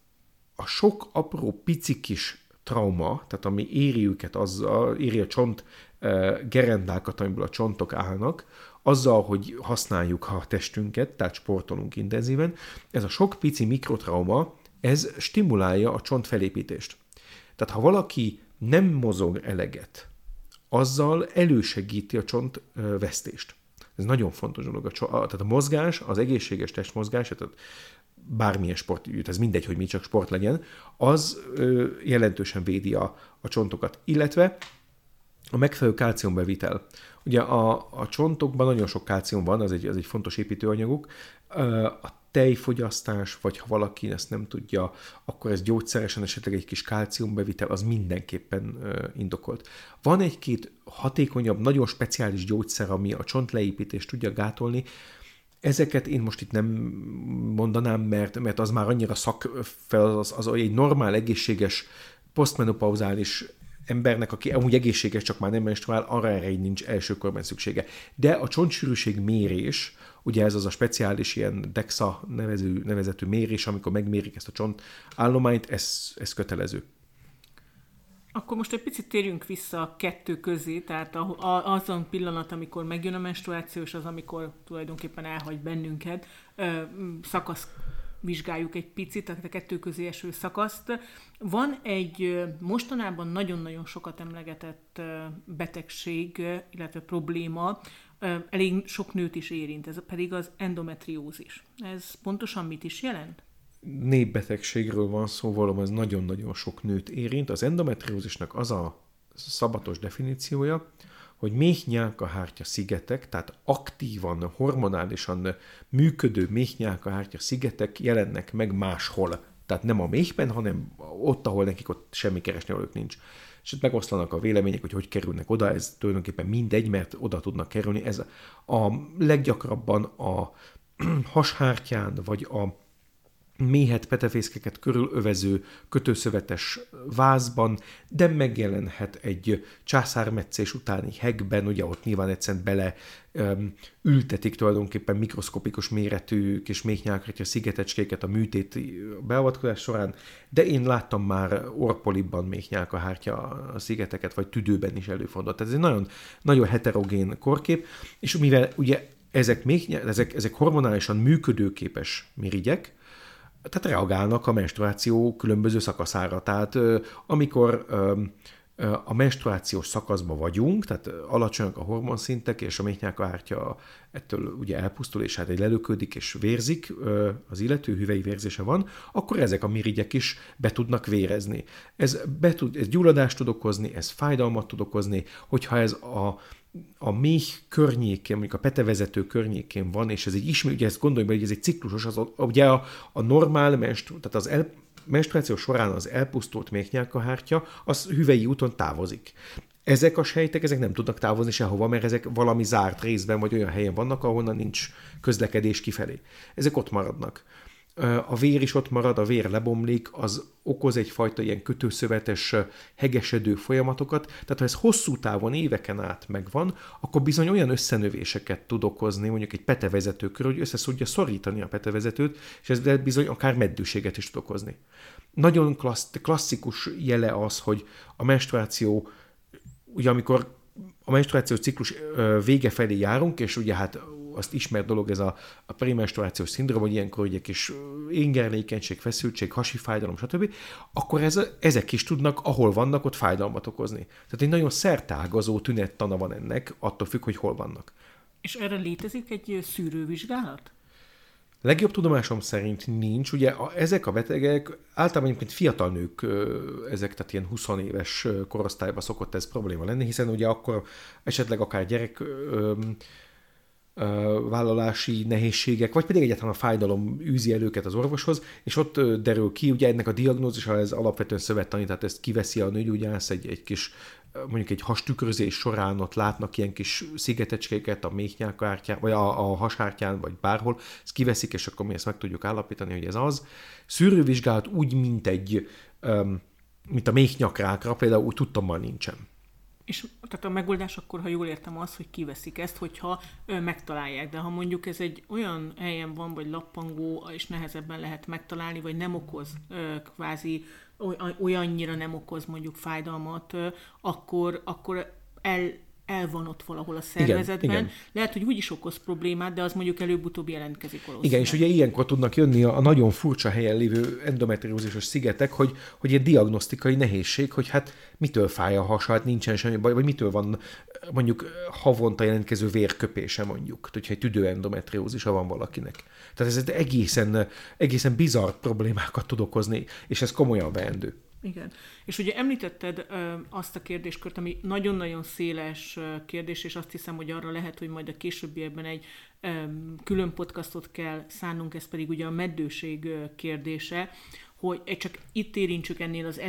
a sok apró pici kis trauma, tehát ami éri őket, éri a csont gerendákat, amiből a csontok állnak, azzal, hogy használjuk a testünket, tehát sportolunk intenzíven, ez a sok pici mikrotrauma, ez stimulálja a csont felépítést. Tehát ha valaki nem mozog eleget, azzal elősegíti a csontvesztést. Ez nagyon fontos dolog. Tehát a mozgás, az egészséges testmozgás, tehát bármilyen sport, ez mindegy, hogy mi csak sport legyen, az jelentősen védi a csontokat. Illetve a megfelelő kálciumbevitel. Ugye a csontokban nagyon sok kálcium van, az egy fontos építőanyaguk. A tejfogyasztás, vagy ha valaki ezt nem tudja, akkor ez gyógyszeresen esetleg egy kis kálciumbevitel, az mindenképpen indokolt. Van egy-két hatékonyabb, nagyon speciális gyógyszer, ami a csontleépítést tudja gátolni. Ezeket én most itt nem mondanám, mert az már annyira az egy normál, egészséges, posztmenopauzális embernek, aki amúgy egészséges, csak már nem menstruál, arra erre így nincs elsőkorban szüksége. De a csontsűrűség mérés, ugye ez az a speciális ilyen DEXA nevezetű mérés, amikor megmérik ezt a csontállományt, ez kötelező. Akkor most egy picit térjünk vissza a kettő közé, tehát azon pillanat, amikor megjön a menstruáció, és az, amikor tulajdonképpen elhagy bennünket, szakasz vizsgáljuk egy picit, tehát a kettő közé eső szakaszt. Van egy mostanában nagyon-nagyon sokat emlegetett betegség, illetve probléma, elég sok nőt is érint, ez pedig az endometriózis. Ez pontosan mit is jelent? Népbetegségről van szó, valóban ez nagyon-nagyon sok nőt érint. Az endometriózisnak az a szabatos definíciója, hogy méhnyálkahártya szigetek, tehát aktívan, hormonálisan működő méhnyálkahártya szigetek jelennek meg máshol. Tehát nem a méhben, hanem ott, ahol nekik ott semmi keresnivalójuk nincs. És itt megoszlanak a vélemények, hogy kerülnek oda, ez tulajdonképpen mindegy, mert oda tudnak kerülni. Ez a leggyakrabban a hashártyán, vagy a méhet, petefészkeket körülövező kötőszövetes vázban, de megjelenhet egy császármetszés utáni hegben, ugye ott nyilván egyszerűen bele ültetik tulajdonképpen mikroszkopikus méretű kis méhnyálkahártya szigetecskéket a műtét beavatkozás során, de én láttam már orpolibban méhnyálkahártya szigeteket, vagy tüdőben is előfordult. Tehát ez egy nagyon, nagyon heterogén korkép, és mivel ugye ezek hormonálisan működőképes mirigyek, tehát reagálnak a menstruáció különböző szakaszára. Tehát amikor a menstruációs szakaszban vagyunk, tehát alacsonyak a hormonszintek, és a méhnyálkahártya ettől ugye elpusztul, és hát egy lelöködik és vérzik, az illető hüvei vérzése van, akkor ezek a mirigyek is be tudnak vérezni. Ez gyulladást tud okozni, ez fájdalmat tud okozni, hogyha ez a méh környékén, mondjuk a petevezető környékén van, és ez egy ismét, ugye ezt gondoljuk be, hogy ez egy ciklusos, ugye a normál tehát az menstruáció során az elpusztult méhnyálkahártya, az hüvei úton távozik. Ezek a sejtek, ezek nem tudnak távozni sehova, mert ezek valami zárt részben, vagy olyan helyen vannak, ahonnan nincs közlekedés kifelé. Ezek ott maradnak. A vér is ott marad, a vér lebomlik, az okoz egyfajta ilyen kötőszövetes, hegesedő folyamatokat, tehát ha ez hosszú távon, éveken át megvan, akkor bizony olyan összenövéseket tud okozni, mondjuk egy petevezető körül, hogy össze tudja szorítani a petevezetőt, és ez bizony akár meddőséget is tud okozni. Nagyon klasszikus jele az, hogy a menstruáció, ugye amikor a menstruációs ciklus vége felé járunk, és ugye hát azt ismert dolog ez a premenstruációs szindróma, hogy ilyenkor ugye kis ingerlékenység, feszültség, hasi fájdalom, stb., akkor ezek is tudnak, ahol vannak, ott fájdalmat okozni. Tehát egy nagyon szerteágazó tünettana van ennek, attól függ, hogy hol vannak. És erre létezik egy szűrővizsgálat? Legjobb tudomásom szerint nincs. Ugye ezek a betegek általában egyébként fiatal nők, ezek, tehát ilyen 20 éves korosztályban szokott ez probléma lenni, hiszen ugye akkor esetleg akár gyerek vállalási nehézségek, vagy pedig egyáltalán a fájdalom űzi el őket az orvoshoz, és ott derül ki, ugye ennek a diagnózisa, ez alapvetően szövettani, tehát ezt kiveszi a nőgyógyász egy kis, mondjuk egy hastükrözés során ott látnak ilyen kis szigetecskéket a méhnyálkahártyán, vagy a hashártyán, vagy bárhol, ezt kiveszik, és akkor mi ezt meg tudjuk állapítani, hogy ez az. Szűrővizsgálat úgy, mint a méhnyakrákra, például úgy tudtommal nincsen. És tehát a megoldás akkor, ha jól értem, az, hogy kiveszik ezt, hogyha megtalálják. De ha mondjuk ez egy olyan helyen van, vagy lappangó, és nehezebben lehet megtalálni, vagy nem okoz kvázi, olyannyira nem okoz mondjuk fájdalmat, akkor el van ott valahol a szervezetben. Igen. Lehet, hogy úgy is okoz problémát, de az mondjuk előbb-utóbb jelentkezik valószínűleg. Igen, és ugye ilyenkor tudnak jönni a nagyon furcsa helyen lévő endometriózisos szigetek, hogy egy diagnosztikai nehézség, hogy hát mitől fáj a hasa, hát nincsen semmi baj, vagy mitől van mondjuk havonta jelentkező vérköpése mondjuk, hogyha egy tüdőendometriózisa van valakinek. Tehát ez egészen bizarr problémákat tud okozni, és ez komolyan veendő. Igen. És ugye említetted azt a kérdéskört, ami nagyon-nagyon széles kérdés, és azt hiszem, hogy arra lehet, hogy majd a későbbiekben egy külön podcastot kell szánnunk, ez pedig ugye a meddőség kérdése, hogy csak itt érintsük ennél az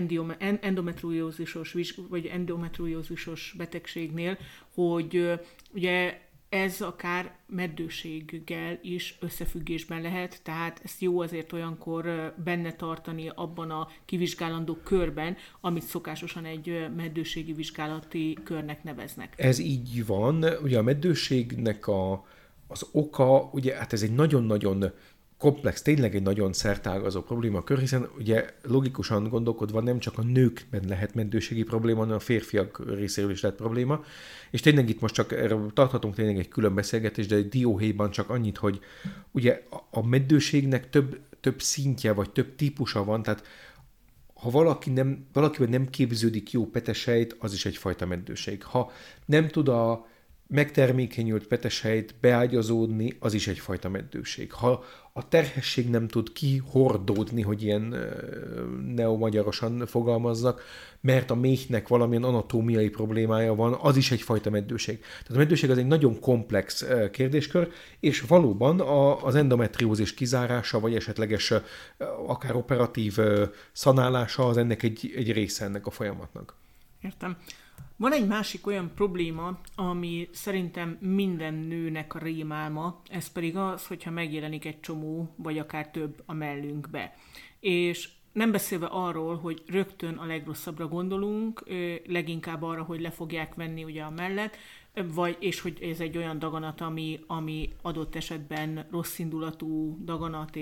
endometriózisos betegségnél, hogy ugye ez akár meddőséggel is összefüggésben lehet, tehát ezt jó azért olyankor benne tartani abban a kivizsgálandó körben, amit szokásosan egy meddőségi vizsgálati körnek neveznek. Ez így van. Ugye a meddőségnek az oka, ugye hát ez egy nagyon-nagyon komplex, tényleg egy nagyon szertágazó problémakör, hiszen ugye logikusan gondolkodva nem csak a nőkben lehet meddőségi probléma, hanem a férfiak részéről is lehet probléma. És tényleg itt most csak erről tarthatunk tényleg egy külön beszélgetést, de egy dióhéjban csak annyit, hogy ugye a meddőségnek több szintje, vagy több típusa van, tehát ha valakiben nem képződik jó petesejt, az is egyfajta meddőség. Ha nem tud a megtermékenyült petesejt beágyazódni, az is egyfajta meddőség. Ha a terhesség nem tud kihordódni, hogy ilyen neomagyarosan fogalmazzak, mert a méhnek valamilyen anatómiai problémája van, az is egyfajta meddőség. Tehát a meddőség az egy nagyon komplex kérdéskör, és valóban az endometriózis kizárása, vagy esetleges akár operatív szanálása az ennek egy része ennek a folyamatnak. Értem. Van egy másik olyan probléma, ami szerintem minden nőnek a rémálma, ez pedig az, hogyha megjelenik egy csomó, vagy akár több a mellünkbe. És nem beszélve arról, hogy rögtön a legrosszabbra gondolunk, leginkább arra, hogy le fogják venni ugye a mellet, és hogy ez egy olyan daganat, ami adott esetben rosszindulatú daganat,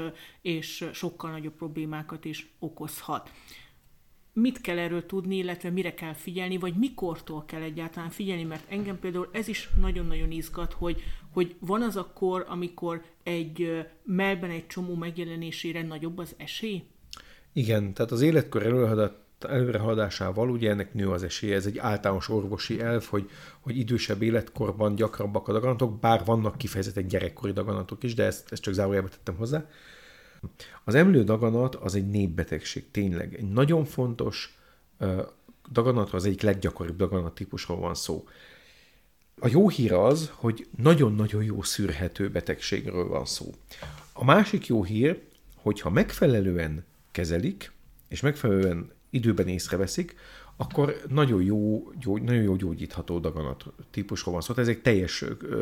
és sokkal nagyobb problémákat is okozhat. Mit kell erről tudni, illetve mire kell figyelni, vagy mikortól kell egyáltalán figyelni, mert engem például ez is nagyon-nagyon izgat, hogy van az a kor, amikor egy mellben egy csomó megjelenésére nagyobb az esély? Igen, tehát az életkor előrehaladásával ugye ennek nő az esélye. Ez egy általános orvosi elv, hogy idősebb életkorban gyakrabbak a daganatok, bár vannak kifejezetten gyerekkori daganatok is, de ezt csak zárójelbe tettem hozzá. Az emlő daganat az egy népbetegség, tényleg. Egy nagyon fontos daganat, az egyik leggyakoribb daganat típusról van szó. A jó hír az, hogy nagyon-nagyon jó szűrhető betegségről van szó. A másik jó hír, hogyha megfelelően kezelik, és megfelelően időben észreveszik, akkor nagyon jó gyógyítható daganat típusról van szó. Tehát ez egy teljes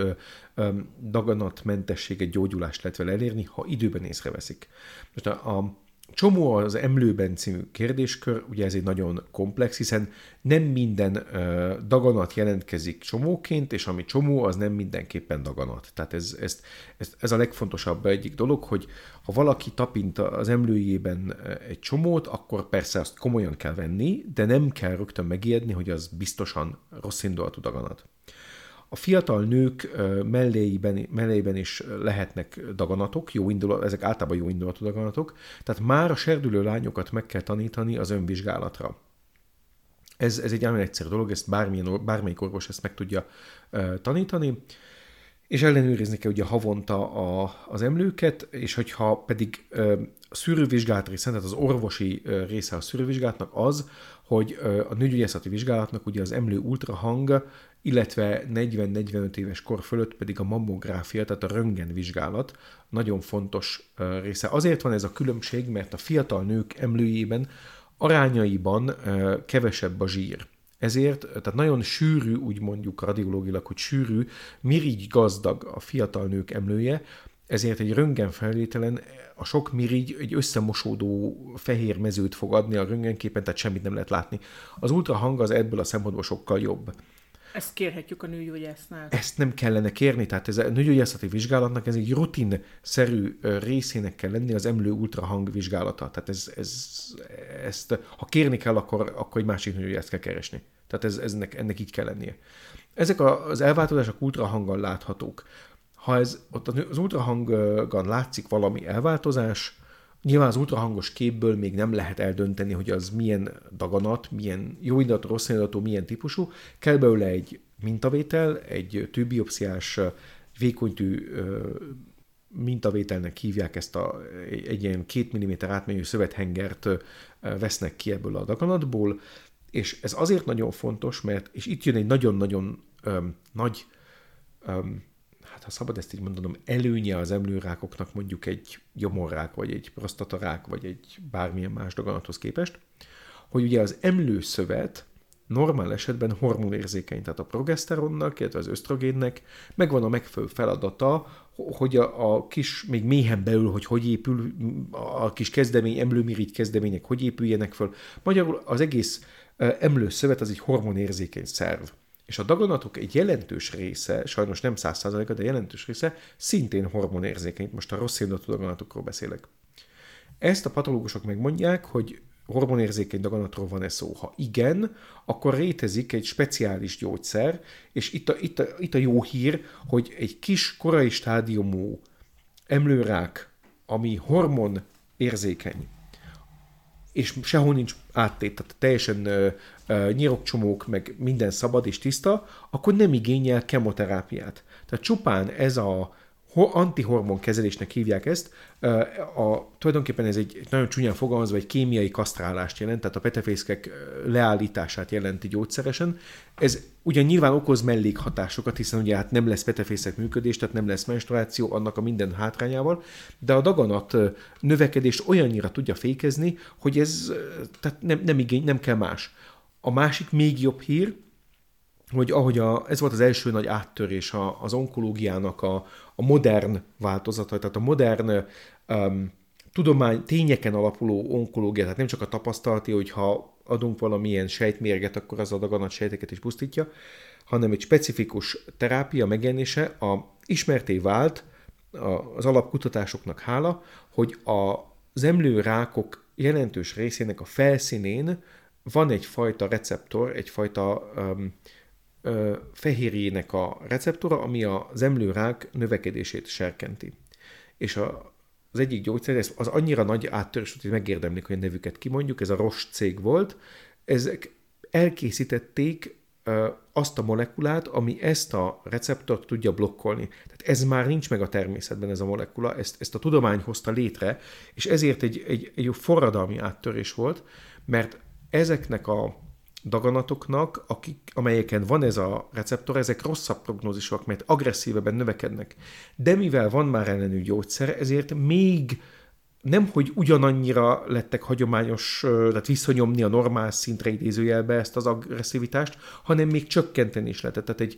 daganatmentességet, gyógyulást lehet vele elérni, ha időben észreveszik. Most a csomó az emlőben című kérdéskör, ugye ez egy nagyon komplex, hiszen nem minden daganat jelentkezik csomóként, és ami csomó, az nem mindenképpen daganat. Tehát ez a legfontosabb egyik dolog, hogy ha valaki tapint az emlőjében egy csomót, akkor persze azt komolyan kell venni, de nem kell rögtön megijedni, hogy az biztosan rosszindulatú daganat. A fiatal nők melleiben is lehetnek daganatok, ezek általában jó indulatú daganatok, tehát már a serdülő lányokat meg kell tanítani az önvizsgálatra. Ez egy nagyon egyszerű dolog, ezt bármelyik orvos ezt meg tudja tanítani, és ellenőrizni kell ugye havonta az emlőket, és hogyha pedig a szűrővizsgálat része, tehát az orvosi része a szűrővizsgálatnak az, hogy a nőgyógyászati vizsgálatnak ugye az emlő ultrahang, illetve 40-45 éves kor fölött pedig a mammográfia, tehát a röntgenvizsgálat nagyon fontos része. Azért van ez a különbség, mert a fiatal nők emlőjében arányaiban kevesebb a zsír. Ezért, tehát nagyon sűrű, úgy mondjuk radiológilag, hogy sűrű, mirigy gazdag a fiatal nők emlője, ezért egy röntgenfelvételen a sok mirigy egy összemosódó fehér mezőt fog adni a röntgenképen, tehát semmit nem lehet látni. Az ultrahang az ebből a szempontból sokkal jobb. Ezt kérhetjük a nőgyógyásznál. Ezt nem kellene kérni, tehát ez a nőgyógyászati vizsgálatnak ez egy rutinszerű részének kell lenni az emlő ultrahang vizsgálata. Tehát ezt ha kérni kell, akkor egy másik nőgyógyászt kell keresni. Tehát ennek így kell lennie. Ezek az elváltozások ultrahanggal láthatók. Ha ott az ultrahangon látszik valami elváltozás, nyilván az ultrahangos képből még nem lehet eldönteni, hogy az milyen daganat, milyen jó indulatú, rossz indulatú, milyen típusú. Kell belőle egy mintavétel, egy tűbiopsziás, vékonytű mintavételnek hívják ezt egy ilyen 2 mm átmérőjű szövethengert vesznek ki ebből a daganatból, és ez azért nagyon fontos, mert, és itt jön egy nagyon-nagyon nagy, ha szabad ezt így mondanom, előnye az emlőrákoknak mondjuk egy gyomorrák, vagy egy prostatarák, vagy egy bármilyen más daganathoz képest, hogy ugye az emlőszövet normál esetben hormonérzékeny, tehát a progeszteronnak, illetve az ösztrogénnek megvan a megfelelő feladata, hogy a kis, még méhen belül, hogy épül, a kis emlőmirigy kezdemények hogy épüljenek föl. Magyarul az egész emlőszövet az egy hormonérzékeny szerv. És a daganatok egy jelentős része, sajnos nem 100%-a, de jelentős része szintén hormonérzékeny. Most a rossz indulatú daganatokról beszélek. Ezt a patológusok megmondják, hogy hormonérzékeny daganatról van-e szó. Ha igen, akkor létezik egy speciális gyógyszer, és itt a jó hír, hogy egy kis korai stádiumú emlőrák, ami hormonérzékeny, és sehol nincs áttét, tehát teljesen nyirokcsomók, meg minden szabad és tiszta, akkor nem igényel kemoterápiát. Tehát csupán ez a antihormon kezelésnek hívják ezt, tulajdonképpen ez egy nagyon csúnyán fogalmazva egy kémiai kasztrálást jelent, tehát a petefészkek leállítását jelenti gyógyszeresen. Ez ugyan nyilván okoz mellékhatásokat, hiszen ugye hát nem lesz petefészek működés, tehát nem lesz menstruáció annak a minden hátrányával, de a daganat növekedést olyannyira tudja fékezni, hogy ez tehát nem kell más. A másik még jobb hír, hogy ahogy ez volt az első nagy áttörés az onkológiának a modern változata, tehát a modern tényeken alapuló onkológia, tehát nem csak a tapasztalati, hogy ha adunk valamilyen sejtmérget, akkor az a daganat sejteket is pusztítja, hanem egy specifikus terápia megjelenése ismerté vált az alapkutatásoknak hála, hogy az emlőrákok jelentős részének a felszínén van egyfajta receptor, egyfajta fehérjének a receptora, ami az emlőrák növekedését serkenti. És az egyik gyógyszer, az annyira nagy áttörés, hogy megérdemlik, hogy a nevüket kimondjuk, ez a Roche cég volt, ezek elkészítették azt a molekulát, ami ezt a receptort tudja blokkolni. Tehát ez már nincs meg a természetben, ez a molekula, ezt a tudomány hozta létre, és ezért egy forradalmi áttörés volt, mert ezeknek a daganatoknak, amelyeken van ez a receptor, ezek rosszabb prognózisok, mert agresszívebben növekednek. De mivel van már ellenük gyógyszer, ezért még nem, hogy ugyanannyira lettek hagyományos, tehát visszanyomni a normál szintre idézőjelbe ezt az agresszivitást, hanem még csökkenteni is lehetett. Tehát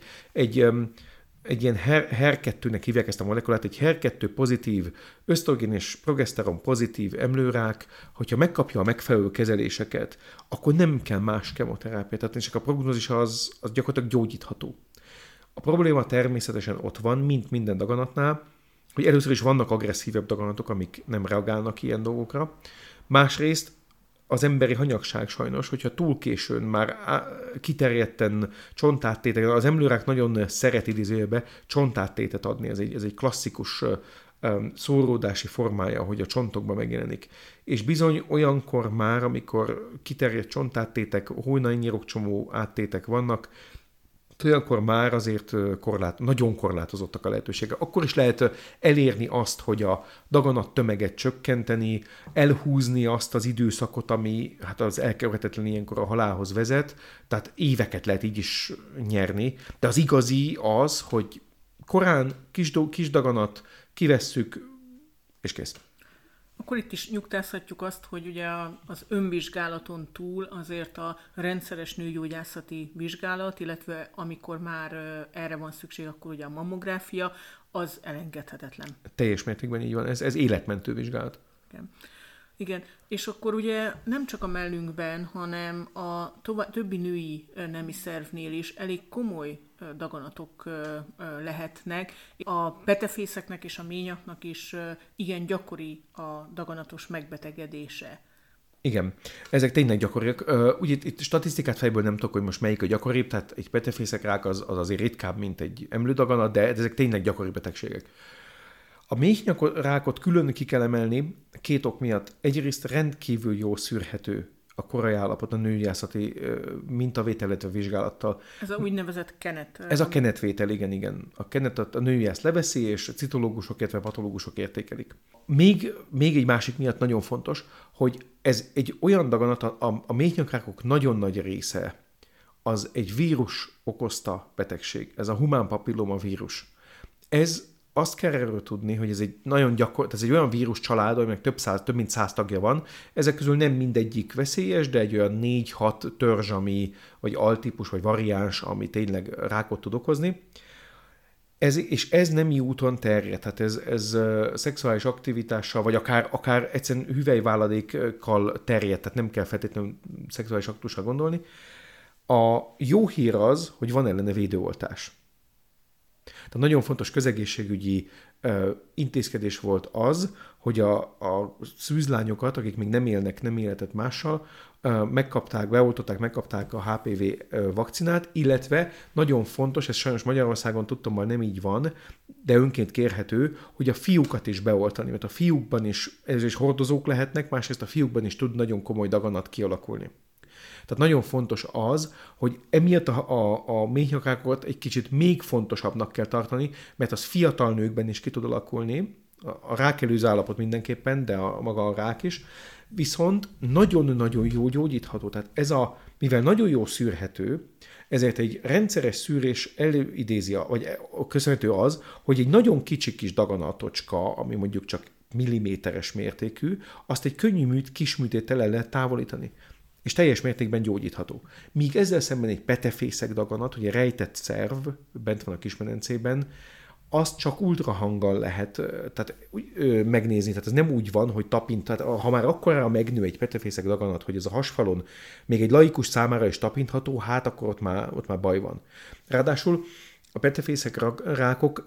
egy ilyen HER2-nek hívják ezt a molekulát, egy HER2 pozitív, ösztrogén és progeszteron pozitív emlőrák, hogyha megkapja a megfelelő kezeléseket, akkor nem kell más kemoterápia, tehát csak a prognózis az gyakorlatilag gyógyítható. A probléma természetesen ott van, mint minden daganatnál, hogy először is vannak agresszívebb daganatok, amik nem reagálnak ilyen dolgokra. Másrészt az hanyagság sajnos, hogyha túl későn már kiterjedten csontáttétet, az emlőrák nagyon szeret idézőjelbe csontáttétet adni, ez egy klasszikus szóródási formája, hogy a csontokban megjelenik. És bizony olyankor már, amikor kiterjedt csontáttétek, hónai nyirokcsomó áttétek vannak, olyankor már azért nagyon korlátozottak a lehetőségek. Akkor is lehet elérni azt, hogy a daganat tömeget csökkenteni, elhúzni azt az időszakot, ami hát az elkerülhetetlen ilyenkor a halálhoz vezet, tehát éveket lehet így is nyerni, de az igazi az, hogy korán kis daganat, kivesszük, és kész. Akkor itt is nyugtázhatjuk azt, hogy ugye az önvizsgálaton túl azért a rendszeres nőgyógyászati vizsgálat, illetve amikor már erre van szükség, akkor ugye a mammográfia, az elengedhetetlen. Teljes mértékben így van, ez életmentő vizsgálat. Igen, és akkor ugye nem csak a mellünkben, hanem a többi női nemi szervnél is elég komoly daganatok lehetnek. A petefészeknek és a ményaknak is igen gyakori a daganatos megbetegedése. Igen, ezek tényleg gyakoriak. Ugye itt statisztikát fejből nem tudok, hogy most melyik a gyakoribb, tehát egy petefészekrák az azért ritkább, mint egy emlődaganat, de ezek tényleg gyakori betegségek. A méhnyarákot külön ki kell emelni két ok miatt. Egyrészt rendkívül jól szűrhető a korai állapot a nőgyógyászati mintavétel, illetve vizsgálattal. Ez a úgynevezett kenet. Ez a kenetvétel, igen. A kenetet a nőgyógyász leveszi, és citológusok, illetve patológusok értékelik. Még egy másik miatt nagyon fontos, hogy ez egy olyan daganat, a méhnyakrákok nagyon nagy része az egy vírus okozta betegség. Ez a humán papilloma vírus. Ez azt kell erről tudni, hogy ez egy nagyon ez egy olyan vírus család, aminek több mint 100 tagja van. Ezek közül nem mindegyik veszélyes, de egy olyan 4-6 törzs, vagy altípus, vagy variáns, ami tényleg rákot tud okozni. És ez nem jó úton terjed, tehát ez szexuális aktivitással, vagy akár egyszerűen hüvelyváladékkal terjed, tehát nem kell feltétlenül szexuális aktusra gondolni. A jó hír az, hogy van ellene védőoltás. Tehát nagyon fontos közegészségügyi intézkedés volt az, hogy a szűzlányokat, akik még nem életet mással, megkapták a HPV vakcinát, illetve nagyon fontos, ez sajnos Magyarországon tudtommal nem így van, de önként kérhető, hogy a fiúkat is beoltani, mert a fiúkban is hordozók lehetnek, másrészt a fiúkban is tud nagyon komoly daganat kialakulni. Tehát nagyon fontos az, hogy emiatt a méhnyakákat egy kicsit még fontosabbnak kell tartani, mert az fiatal nőkben is ki tud alakulni, a rákelőző állapot mindenképpen, de maga a rák is, viszont nagyon-nagyon jó gyógyítható. Tehát mivel nagyon jó szűrhető, ezért egy rendszeres szűrés előidézi, vagy köszönhető az, hogy egy nagyon kicsi kis daganatocska, ami mondjuk csak milliméteres mértékű, azt egy könnyű kis műtéttel el lehet távolítani. És teljes mértékben gyógyítható. Míg ezzel szemben egy petefészek daganat, ugye rejtett szerv, bent van a kismedencében, azt csak ultrahanggal lehet megnézni. Tehát ez nem úgy van, hogy tapint. Tehát ha már akkorra megnő egy petefészek daganat, hogy ez a hasfalon még egy laikus számára is tapintható, hát akkor ott már baj van. Ráadásul a petefészek rákok,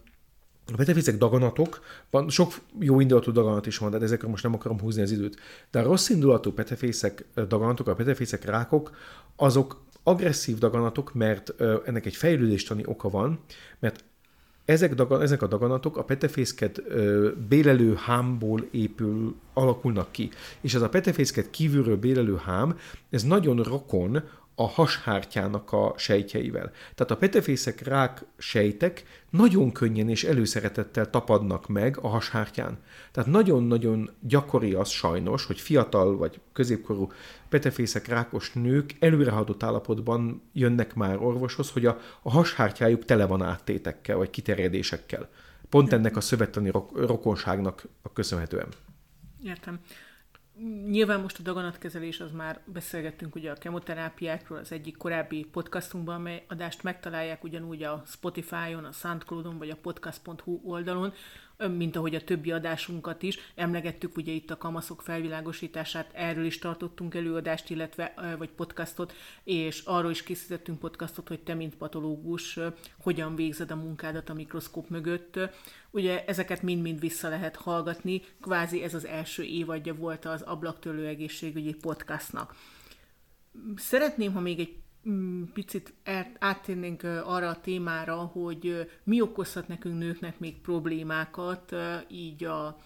a petefészek daganatokban sok jó indulatú daganat is van, de ezekről most nem akarom húzni az időt. De a rossz indulatú petefészek daganatok, a petefészek rákok, azok agresszív daganatok, mert ennek egy fejlődéstani oka van, mert ezek a daganatok a petefészket bélelő hámból alakulnak ki. És ez a petefészket kívülről bélelő hám, ez nagyon rokon a hashártyának a sejtjeivel. Tehát a petefészek rák sejtek nagyon könnyen és előszeretettel tapadnak meg a hashártyán. Tehát nagyon-nagyon gyakori az sajnos, hogy fiatal vagy középkorú petefészek rákos nők előrehaladott állapotban jönnek már orvoshoz, hogy a hashártyájuk tele van áttétekkel vagy kiterjedésekkel. Pont ennek a szövettani rokonságnak köszönhetően. Értem. Nyilván most a daganatkezelés, az már beszélgettünk ugye a kemoterápiákról az egyik korábbi podcastunkban, amely adást megtalálják ugyanúgy a Spotify-on, a Soundcloud-on vagy a podcast.hu oldalon, mint ahogy a többi adásunkat is. Emlegettük ugye itt a kamaszok felvilágosítását, erről is tartottunk előadást, vagy podcastot, és arról is készítettünk podcastot, hogy te, mint patológus, hogyan végzed a munkádat a mikroszkóp mögött. Ugye ezeket mind-mind vissza lehet hallgatni, kvázi ez az első évadja volt az Ablaktörlő egészségügyi podcastnak. Szeretném, ha még egy picit áttérnénk arra a témára, hogy mi okozhat nekünk nőknek még problémákat így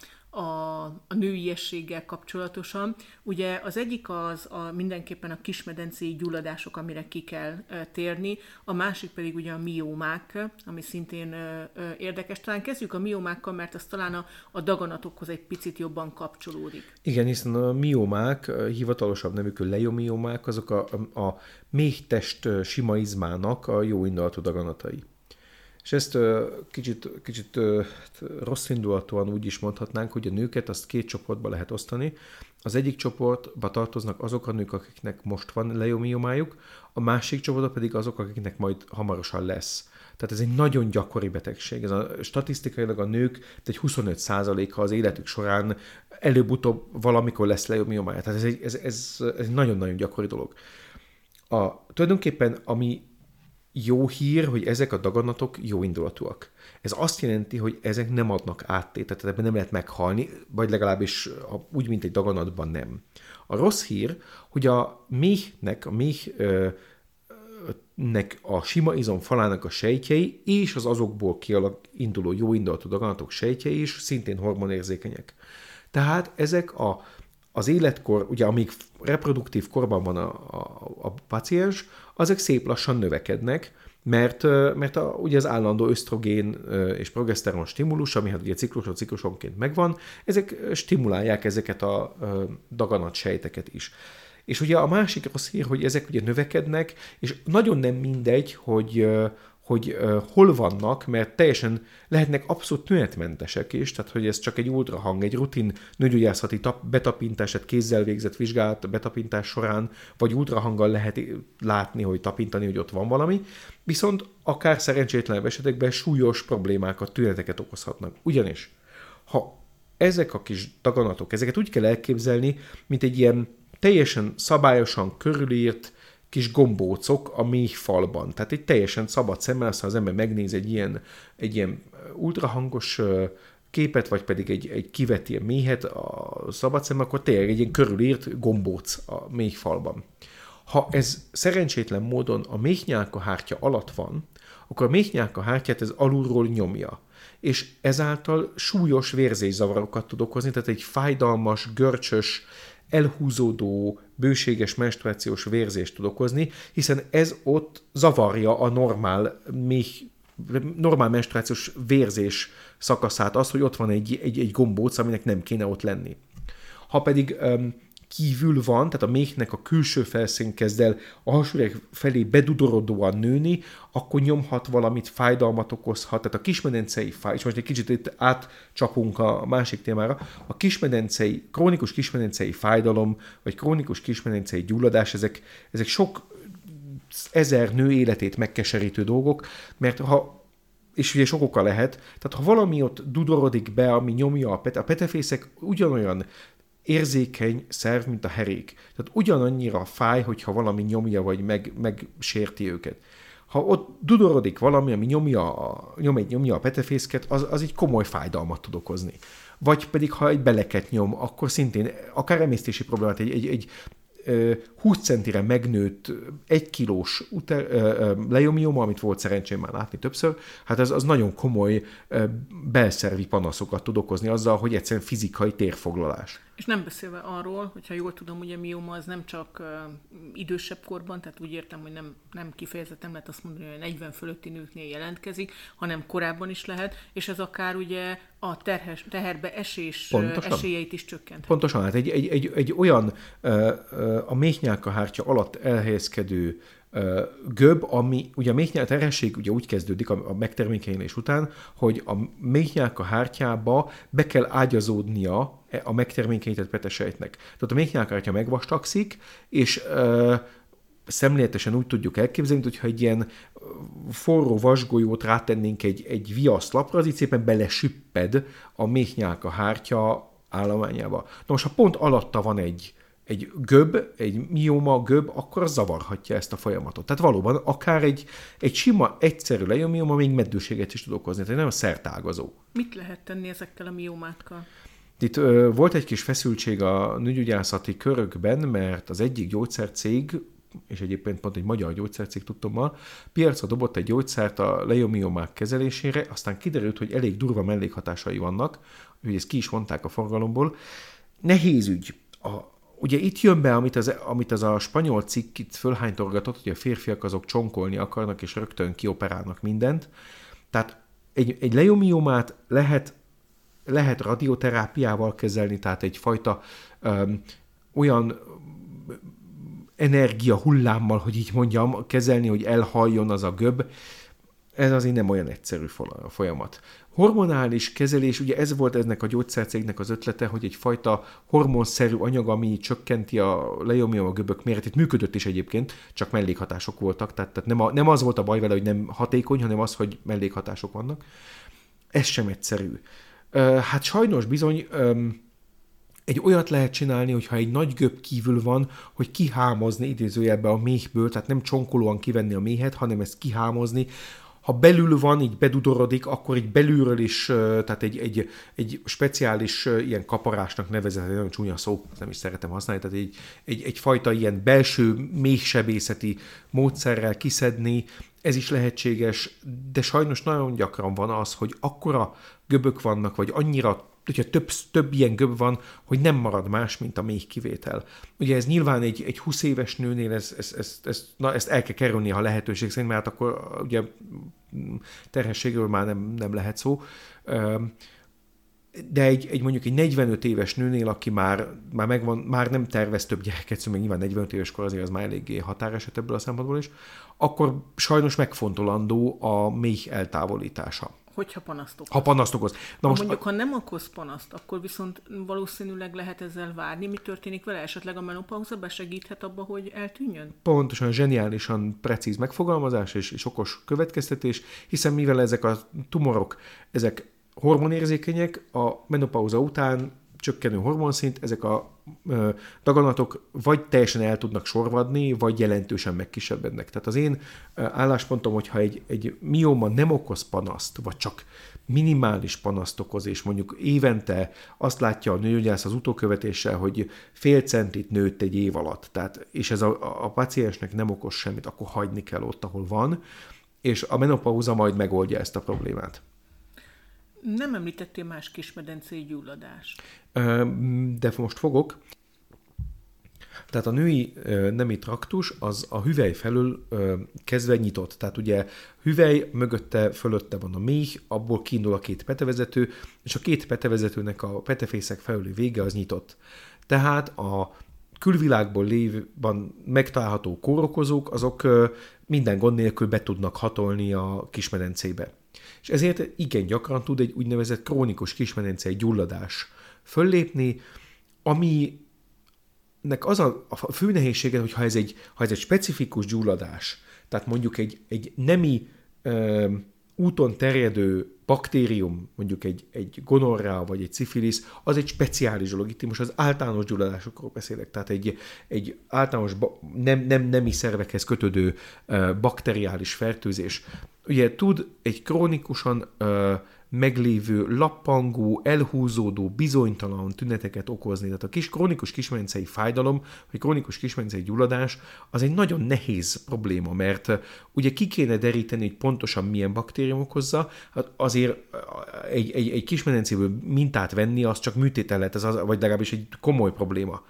a nőiességgel kapcsolatosan. Ugye az egyik az mindenképpen a kismedencéi gyulladások, amire ki kell térni, a másik pedig ugye a miómák, ami szintén érdekes. Talán kezdjük a miómákkal, mert az talán a daganatokhoz egy picit jobban kapcsolódik. Igen, hiszen a miómák, hivatalosabb nevükön leiomiómák, azok a méhtest sima izmának a jó indulatú daganatai. És ezt kicsit rossz indulatúan úgy is mondhatnánk, hogy a nőket azt 2 csoportba lehet osztani. Az egyik csoportba tartoznak azok a nők, akiknek most van leiomiomájuk, a másik csoportba pedig azok, akiknek majd hamarosan lesz. Tehát ez egy nagyon gyakori betegség. Ez statisztikailag a nők egy 25%-a az életük során előbb-utóbb valamikor lesz leiomiomája. Tehát ez egy nagyon-nagyon gyakori dolog. Tulajdonképpen ami jó hír, hogy ezek a daganatok jó indulatúak. Ez azt jelenti, hogy ezek nem adnak áttétet, tehát ebben nem lehet meghalni, vagy legalábbis úgy, mint egy daganatban nem. A rossz hír, hogy a méhnek a sima izom falának a sejtjei és az azokból induló jó indulatú daganatok sejtjei is szintén hormonérzékenyek. Tehát ezek az életkor, ugye amíg reproduktív korban van a paciens, azok szép lassan növekednek, mert ugye az állandó ösztrogén és progeszteron stimulus, ami hát ugye ciklusonként megvan, ezek stimulálják ezeket a daganatsejteket is. És ugye a másik rossz hír, hogy ezek ugye növekednek, és nagyon nem mindegy, hogy hol vannak, mert teljesen lehetnek abszolút tünetmentesek is, tehát hogy ez csak egy ultrahang, egy rutin nőgyógyászati betapintás, tehát kézzel végzett vizsgálat betapintás során, vagy ultrahanggal lehet látni, hogy tapintani, hogy ott van valami, viszont akár szerencsétlenebb esetekben súlyos problémákat, tüneteket okozhatnak. Ugyanis, ha ezek a kis daganatok, ezeket úgy kell elképzelni, mint egy ilyen teljesen szabályosan körülírt kis gombócok a méhfalban. Tehát egy teljesen szabad szemmel, aztán az ember megnéz egy ilyen ultrahangos képet, vagy pedig egy kivett ilyen méhet a szabad szemmel, akkor tényleg egy ilyen körülírt gombóc a méhfalban. Ha ez szerencsétlen módon a méhnyálkahártya alatt van, akkor a méhnyálkahártyát ez alulról nyomja, és ezáltal súlyos vérzészavarokat tud okozni, tehát egy fájdalmas, görcsös, elhúzódó, bőséges menstruációs vérzést tud okozni, hiszen ez ott zavarja a normál menstruációs vérzés szakaszát, az, hogy ott van egy gombóc, aminek nem kéne ott lenni. Ha pedig kívül van, tehát a méhnek a külső felszín kezd el a hasüreg felé bedudorodóan nőni, akkor nyomhat valamit, fájdalmat okozhat, tehát a kismedencei és most egy kicsit itt átcsapunk a másik témára, a krónikus kismedencei fájdalom, vagy krónikus kismedencei gyulladás, ezek sok ezer nő életét megkeserítő dolgok, mert és ugye sok oka lehet, tehát ha valami ott dudorodik be, ami nyomja a petefészek ugyanolyan érzékeny szerv, mint a herék. Tehát ugyanannyira fáj, hogyha valami nyomja, vagy megsérti őket. Ha ott dudorodik valami, ami nyomja a petefészket, az egy komoly fájdalmat tud okozni. Vagy pedig, ha egy beleket nyom, akkor szintén akár emésztési problémát, egy 20 centire megnőtt 1 kilós lejomioma, amit volt szerencsém már látni többször, hát az nagyon komoly belszervi panaszokat tud okozni azzal, hogy egyszerűen fizikai térfoglalás. És nem beszélve arról, hogyha jól tudom, ugye mioma az nem csak idősebb korban, tehát úgy értem, hogy nem kifejezetten lehet azt mondani, hogy 40 fölötti nőknél jelentkezik, hanem korábban is lehet, és ez akár ugye a teherbe esés esélyeit is csökkent. Pontosan, hát egy olyan a méhnyálkahártya alatt elhelyezkedő göb, ami ugye a méhnyálterhesség ugye úgy kezdődik a megtermékenyülés után, hogy a méhnyálkahártyába be kell ágyazódnia a megtermékenyített petesejtnek. Tehát a méhnyálkahártya megvastagszik, és szemléletesen úgy tudjuk elképzelni, hogyha egy ilyen forró vasgolyót rátennénk egy viaszlapra, az így szépen belesüpped a méhnyálkahártya állományába. Na most, ha pont alatta van egy göb, egy mioma göb, akkor az zavarhatja ezt a folyamatot. Tehát valóban akár egy sima, egyszerű lejomioma még meddőséget is tud okozni, tehát nem a szertágazó. Mit lehet tenni ezekkel a miomákkal? Itt volt egy kis feszültség a nőgyógyászati körökben, mert az egyik gyógyszercég, és egyébként pont egy magyar gyógyszercég tudtommal, piacra dobott egy gyógyszert a lejomiomák kezelésére, aztán kiderült, hogy elég durva mellékhatásai vannak, hogy ezt ki is vonták a forgalomból. Nehéz ügy. Ugye itt jön be, amit az a spanyol cikk itt fölhánytorgatott, hogy a férfiak azok csonkolni akarnak, és rögtön kioperálnak mindent. Tehát egy lejomiomát lehet radioterápiával kezelni, tehát egyfajta olyan energia hullámmal, hogy így mondjam, kezelni, hogy elhaljon az a göb. Ez azért nem olyan egyszerű folyamat. Hormonális kezelés, ugye ez volt ennek a gyógyszercégnek az ötlete, hogy egyfajta hormonszerű anyag, ami csökkenti a lejomioma göbök méretét, működött is egyébként, csak mellékhatások voltak, tehát nem az volt a baj vele, hogy nem hatékony, hanem az, hogy mellékhatások vannak. Ez sem egyszerű. Hát sajnos bizony egy olyat lehet csinálni, hogyha egy nagy göb kívül van, hogy kihámozni idézőjelben a méhből, tehát nem csonkolóan kivenni a méhet, hanem ezt kihámozni. Ha belül van, így bedudorodik, akkor így belülről is, tehát egy speciális ilyen kaparásnak nevezett, nagyon csúnya szó, nem is szeretem használni, tehát egyfajta ilyen belső méhsebészeti módszerrel kiszedni, ez is lehetséges, de sajnos nagyon gyakran van az, hogy akkora göbök vannak, vagy annyira, hogyha több ilyen göb van, hogy nem marad más, mint a méhkivétel. Ugye ez nyilván egy 20 éves nőnél ezt el kell kerülni, ha lehetőség szerint, mert akkor ugye terhességről már nem lehet szó. de egy mondjuk egy 45 éves nőnél, aki már megvan, már nem tervez több gyereket, szóval nyilván 45 éves kor azért az már eléggé határeset ebből a szempontból is, akkor sajnos megfontolandó a méh eltávolítása. Hogyha panaszt okoz. Ha panaszt okoz. Na most mondjuk, ha nem okoz panaszt, akkor viszont valószínűleg lehet ezzel várni. Mi történik vele? Esetleg a menopauza besegíthet abba, hogy eltűnjön? Pontosan, zseniálisan precíz megfogalmazás és okos következtetés, hiszen mivel ezek a tumorok, ezek hormonérzékenyek, a menopauza után csökkenő hormonszint, ezek a daganatok vagy teljesen el tudnak sorvadni, vagy jelentősen megkisebbednek. Tehát az én álláspontom, hogyha egy mióma nem okoz panaszt, vagy csak minimális panaszt okoz, és mondjuk évente azt látja a nőgyógyász az utókövetéssel, hogy fél centit nőtt egy év alatt, tehát, és ez a paciensnek nem okoz semmit, akkor hagyni kell ott, ahol van, és a menopauza majd megoldja ezt a problémát. Nem említettél más kismedencei gyulladást. De most fogok. Tehát a női nemi traktus az a hüvely felől kezdve nyitott. Tehát ugye hüvely mögötte, fölötte van a méh, abból kiindul a két petevezető, és a két petevezetőnek a petefészek felüli vége az nyitott. Tehát a külvilágból lévőben megtalálható kórokozók, azok minden gond nélkül be tudnak hatolni a kismedencébe. És ezért igen gyakran tud egy úgynevezett krónikus kismedencei gyulladás föllépni, aminek az a fő nehézsége, hogy ha ez egy specifikus gyulladás, tehát mondjuk egy nemi úton terjedő baktérium, mondjuk egy gonorrea vagy egy szifilisz, az egy speciális dolog. Itt most az általános gyulladásokról beszélek, tehát egy általános nemi szervekhez kötődő bakteriális fertőzés. Ugye tud egy krónikusan meglévő, lappangó, elhúzódó, bizonytalan tüneteket okozni. Tehát a krónikus kismedencei fájdalom, vagy krónikus kismedencei gyulladás az egy nagyon nehéz probléma, mert ugye ki kéne deríteni, hogy pontosan milyen baktérium okozza, hát azért egy kismedencéből mintát venni, az csak műtétel lehet, vagy legalábbis egy komoly probléma.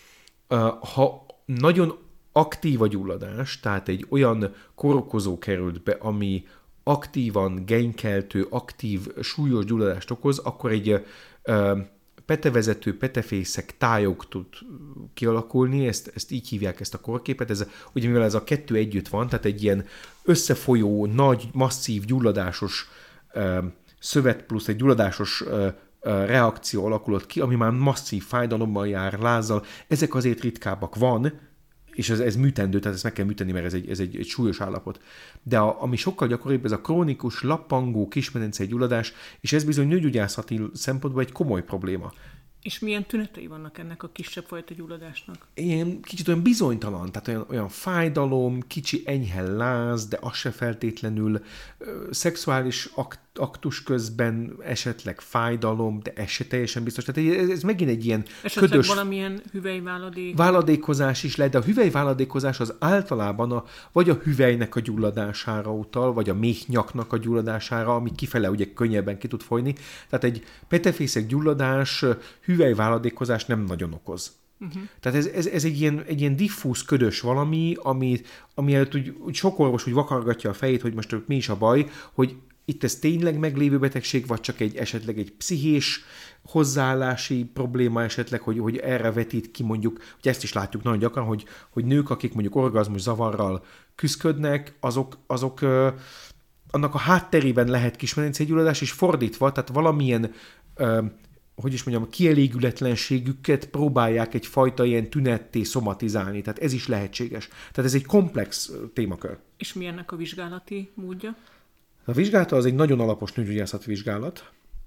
Ha nagyon aktív a gyulladás, tehát egy olyan kórokozó került be, ami aktívan génykeltő, aktív, súlyos gyulladást okoz, akkor egy petevezető, petefészek tájok tud kialakulni, ezt így hívják, ezt a korképet, ugye mivel ez a kettő együtt van, tehát egy ilyen összefolyó, nagy, masszív, gyulladásos szövet plusz egy gyulladásos reakció alakulott ki, ami már masszív fájdalommal jár, lázzal, ezek azért ritkábbak van, és ez műtendő, tehát ezt meg kell műteni, mert ez egy súlyos állapot. De ami sokkal gyakoribb, ez a krónikus, lappangó, kismedencei gyulladás, és ez bizony nőgyógyászati szempontból egy komoly probléma. És milyen tünetei vannak ennek a kisebb fajta gyulladásnak? Ilyen kicsit olyan bizonytalan, tehát olyan fájdalom, kicsi enyhe láz, de az se feltétlenül szexuális aktus közben esetleg fájdalom, de ez se teljesen biztos. Tehát ez megint egy ilyen esetleg ködös... valamilyen hüvelyváladék? Váladékozás is lehet, de a hüvelyváladékozás az általában vagy a hüvelynek a gyulladására utal, vagy a méhnyaknak a gyulladására, ami kifele ugye könnyebben ki tud folyni. Tehát egy petefészek gyulladás, hüvelyváladékozás nem nagyon okoz. Uh-huh. Tehát ez egy ilyen diffúz, ködös valami, ami előtt úgy sok orvos úgy vakargatja a fejét, hogy most mi is a baj, hogy itt ez tényleg meglévő betegség, vagy csak esetleg egy pszichés hozzáállási probléma esetleg, hogy erre vetít ki mondjuk, hogy ezt is látjuk nagyon gyakran, hogy nők, akik mondjuk orgazmus zavarral küszködnek, azok annak a hátterében lehet kismedencei gyulladás, és fordítva, tehát valamilyen hogy is mondjam, kielégületlenségüket próbálják egyfajta ilyen tünetté szomatizálni, tehát ez is lehetséges. Tehát ez egy komplex témakör. És mi ennek a vizsgálati módja? A vizsgálata az egy nagyon alapos nőgyógyászati vizsgálat.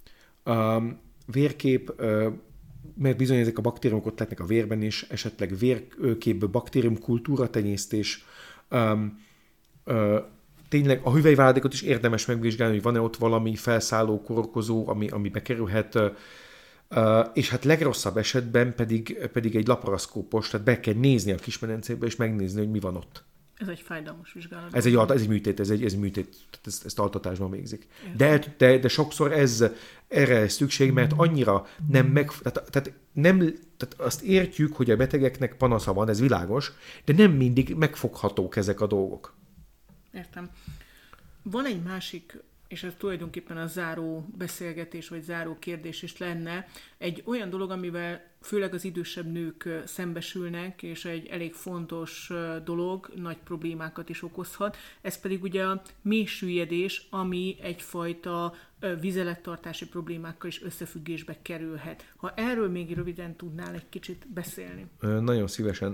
Vérkép, mert bizony ezek a baktériumok ott lehetnek a vérben is, esetleg vérképből baktériumkultúra tenyésztés. Tényleg a hüvelyváladékot is érdemes megvizsgálni, hogy van-e ott valami felszálló kórokozó, ami bekerülhet, és hát legrosszabb esetben pedig egy laparaszkópos, tehát be kell nézni a kismedencébe, és megnézni, hogy mi van ott. Ez egy fájdalmas vizsgálat. Ez egy műtét, ez műtét, tehát ezt altatásban végzik. De sokszor erre szükség, mert annyira nem tehát azt értjük, hogy a betegeknek panasza van, ez világos, de nem mindig megfoghatók ezek a dolgok. Értem. Van egy másik és ez tulajdonképpen a záró beszélgetés, vagy záró kérdés is lenne, egy olyan dolog, amivel főleg az idősebb nők szembesülnek, és egy elég fontos dolog, nagy problémákat is okozhat, ez pedig ugye a mélysüllyedés, ami egyfajta vizelettartási problémákkal is összefüggésbe kerülhet. Ha erről még röviden tudnál egy kicsit beszélni. Nagyon szívesen.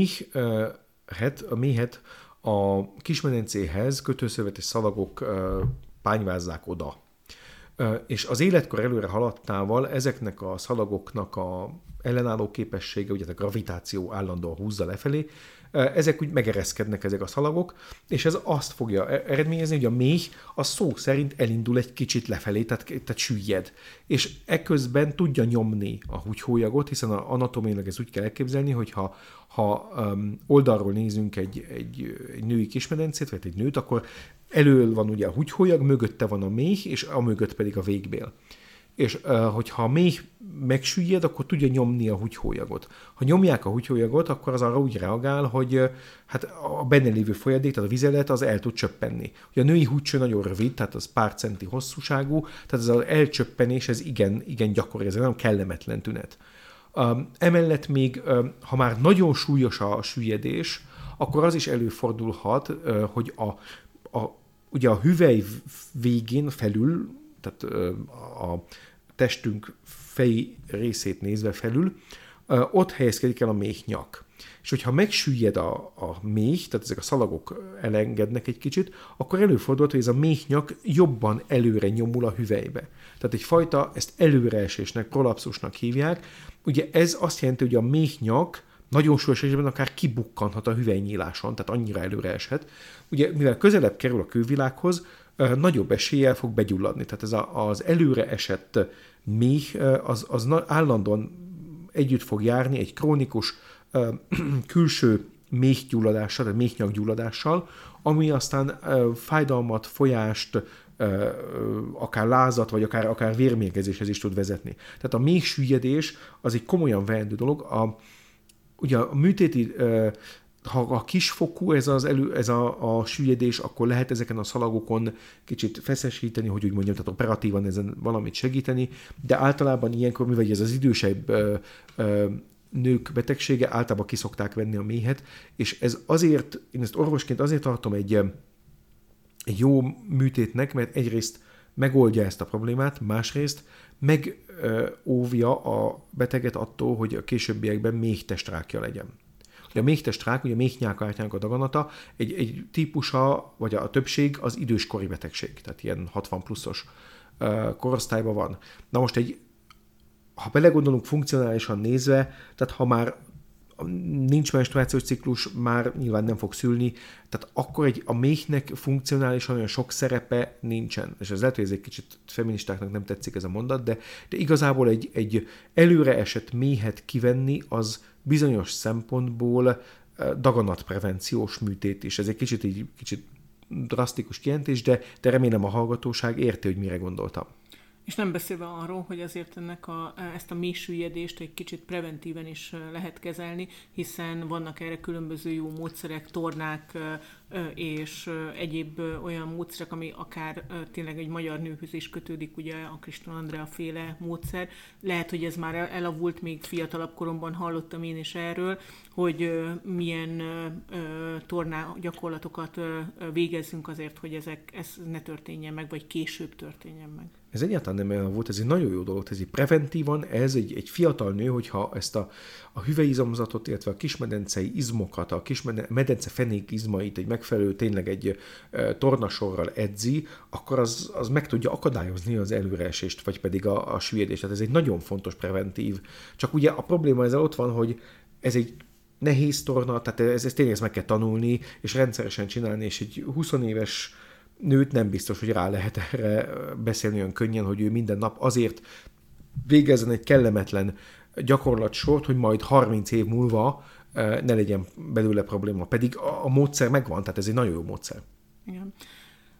A méhet a kismedencéhez kötőszövetes szalagok pányvázzák oda. És az életkor előre haladtával ezeknek a szalagoknak a ellenálló képessége, ugye a gravitáció állandóan húzza lefelé, ezek úgy megereszkednek ezek a szalagok, és ez azt fogja eredményezni, hogy a méh a szó szerint elindul egy kicsit lefelé, tehát süllyed. És ekközben tudja nyomni a húgyhólyagot, hiszen anatómiailag ez úgy kell elképzelni, hogy ha oldalról nézünk egy női kismedencét, vagy egy nőt, akkor elől van ugye a húgyhólyag, mögötte van a méh, és a mögött pedig a végbél. És hogyha a méh megsüllyed, akkor tudja nyomni a húgyhólyagot. Ha nyomják a húgyhólyagot, akkor az arra úgy reagál, hogy hát a benne lévő folyadék, tehát a vizelet, az el tud csöppenni. Ugye a női húgycső nagyon rövid, tehát az pár centi hosszúságú, tehát ez az elcsöppenés, ez igen gyakori, ez nem kellemetlen tünet. Emellett még, ha már nagyon súlyos a süllyedés, akkor az is előfordulhat, hogy ugye a hüvely végén felül, tehát a testünk fej részét nézve felül, ott helyezkedik el a méhnyak. És hogyha megsüllyed a méh, tehát ezek a szalagok elengednek egy kicsit, akkor előfordulhat, hogy ez a méhnyak jobban előre nyomul a hüvelybe. Tehát egyfajta, ezt előreesésnek, prolapszusnak hívják. Ugye ez azt jelenti, hogy a méhnyak nagyon súlyos esetben akár kibukkanhat a hüvelynyíláson, tehát annyira előre eshet. Ugye, mivel közelebb kerül a külvilághoz, nagyobb eséllyel fog begyulladni. Tehát ez az előre esett méh, az állandóan együtt fog járni egy krónikus külső méhgyulladással, tehát méhnyakgyulladással, ami aztán fájdalmat, folyást, akár lázat, vagy akár vérmérgezéshez is tud vezetni. Tehát a méhsüllyedés az egy komolyan veendő dolog. Ugye a műtéti, ha a kisfokú ez a süllyedés, akkor lehet ezeken a szalagokon kicsit feszesíteni, hogy úgy mondjam, tehát operatívan ezen valamit segíteni, de általában ilyenkor, mivel ez az idősebb nők betegsége, általában ki szokták venni a méhet, és ez azért, én ezt orvosként azért tartom egy jó műtétnek, mert egyrészt megoldja ezt a problémát, másrészt megóvja a beteget attól, hogy a későbbiekben méhtestrákja legyen. Ugye a méhtestrák, ugye a méhnyálkahártyának a daganata, egy típusa, vagy a többség az időskori betegség, tehát ilyen 60 pluszos korosztályban van. Na most ha belegondolunk funkcionálisan nézve, tehát ha már nincs menstruációs ciklus, már nyilván nem fog szülni, tehát akkor a méhnek funkcionálisan olyan sok szerepe nincsen. És ez lehet, hogy ez egy kicsit feministáknak nem tetszik ez a mondat, de igazából egy előre esett méhet kivenni, az bizonyos szempontból daganatprevenciós műtét is. Ez egy kicsit drasztikus kijelentés, de remélem a hallgatóság érti, hogy mire gondoltam. És nem beszélve arról, hogy azért ezt a mélysüllyedést egy kicsit preventíven is lehet kezelni, hiszen vannak erre különböző jó módszerek, tornák és egyéb olyan módszerek, ami akár tényleg egy magyar nőhöz is kötődik, ugye a Kriston Andrea féle módszer. Lehet, hogy ez már elavult, még fiatalabb koromban hallottam én is erről, hogy milyen torná gyakorlatokat végezzünk azért, hogy ez ne történjen meg, vagy később történjen meg. Ez egyáltalán nem olyan volt, ez egy nagyon jó dolog, ez egy preventívan, ez egy fiatal nő, hogyha ezt a hüvelyizomzatot, illetve a kismedencei izmokat, a kismedence fenék izmait egy megfelelő, tényleg egy tornasorral edzi, akkor az meg tudja akadályozni az előreesést, vagy pedig a süllyedést. Tehát ez egy nagyon fontos preventív. Csak ugye a probléma ezzel ott van, hogy ez egy nehéz torna, tehát ez tényleg ezt meg kell tanulni, és rendszeresen csinálni, és egy 20 éves nőt nem biztos, hogy rá lehet erre beszélni olyan könnyen, hogy ő minden nap azért végezzen egy kellemetlen gyakorlatsort, hogy majd 30 év múlva ne legyen belőle probléma. Pedig a módszer megvan, tehát ez egy nagyon jó módszer. Igen.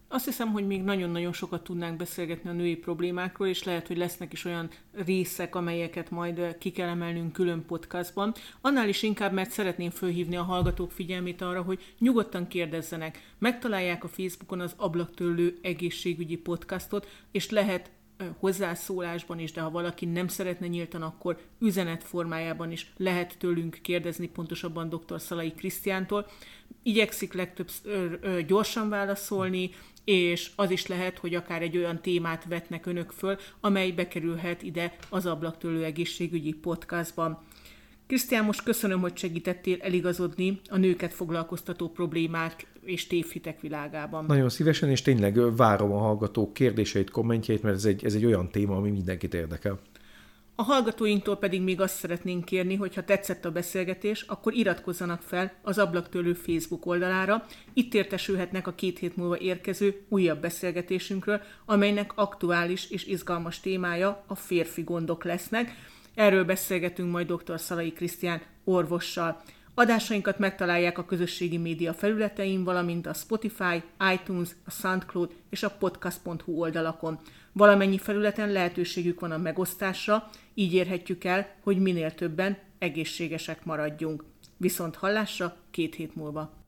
Azt hiszem, hogy még nagyon-nagyon sokat tudnánk beszélgetni a női problémákról, és lehet, hogy lesznek is olyan részek, amelyeket majd ki kell emelnünk külön podcastban. Annál is inkább, mert szeretném fölhívni a hallgatók figyelmét arra, hogy nyugodtan kérdezzenek. Megtalálják a Facebookon az Ablaktörlő egészségügyi podcastot, és lehet hozzászólásban is, de ha valaki nem szeretne nyíltan, akkor üzenet formájában is lehet tőlünk kérdezni, pontosabban dr. Szalai Krisztiántól. Igyekszik legtöbbször gyorsan válaszolni, és az is lehet, hogy akár egy olyan témát vetnek önök föl, amely bekerülhet ide az Ablaktörlő egészségügyi podcastban. Krisztián, most köszönöm, hogy segítettél eligazodni a nőket foglalkoztató problémák és tévhitek világában. Nagyon szívesen, és tényleg várom a hallgatók kérdéseit, kommentjeit, mert ez egy olyan téma, ami mindenkit érdekel. A hallgatóinktól pedig még azt szeretnénk kérni, hogy ha tetszett a beszélgetés, akkor iratkozzanak fel az Ablaktörlő Facebook oldalára. Itt értesülhetnek a 2 hét múlva érkező újabb beszélgetésünkről, amelynek aktuális és izgalmas témája a férfi gondok lesznek. Erről beszélgetünk majd dr. Szalai Krisztián orvossal. Adásainkat megtalálják a közösségi média felületein, valamint a Spotify, iTunes, a SoundCloud és a podcast.hu oldalakon. Valamennyi felületen lehetőségük van a megosztásra, így érhetjük el, hogy minél többen egészségesek maradjunk. Viszont hallásra 2 hét múlva.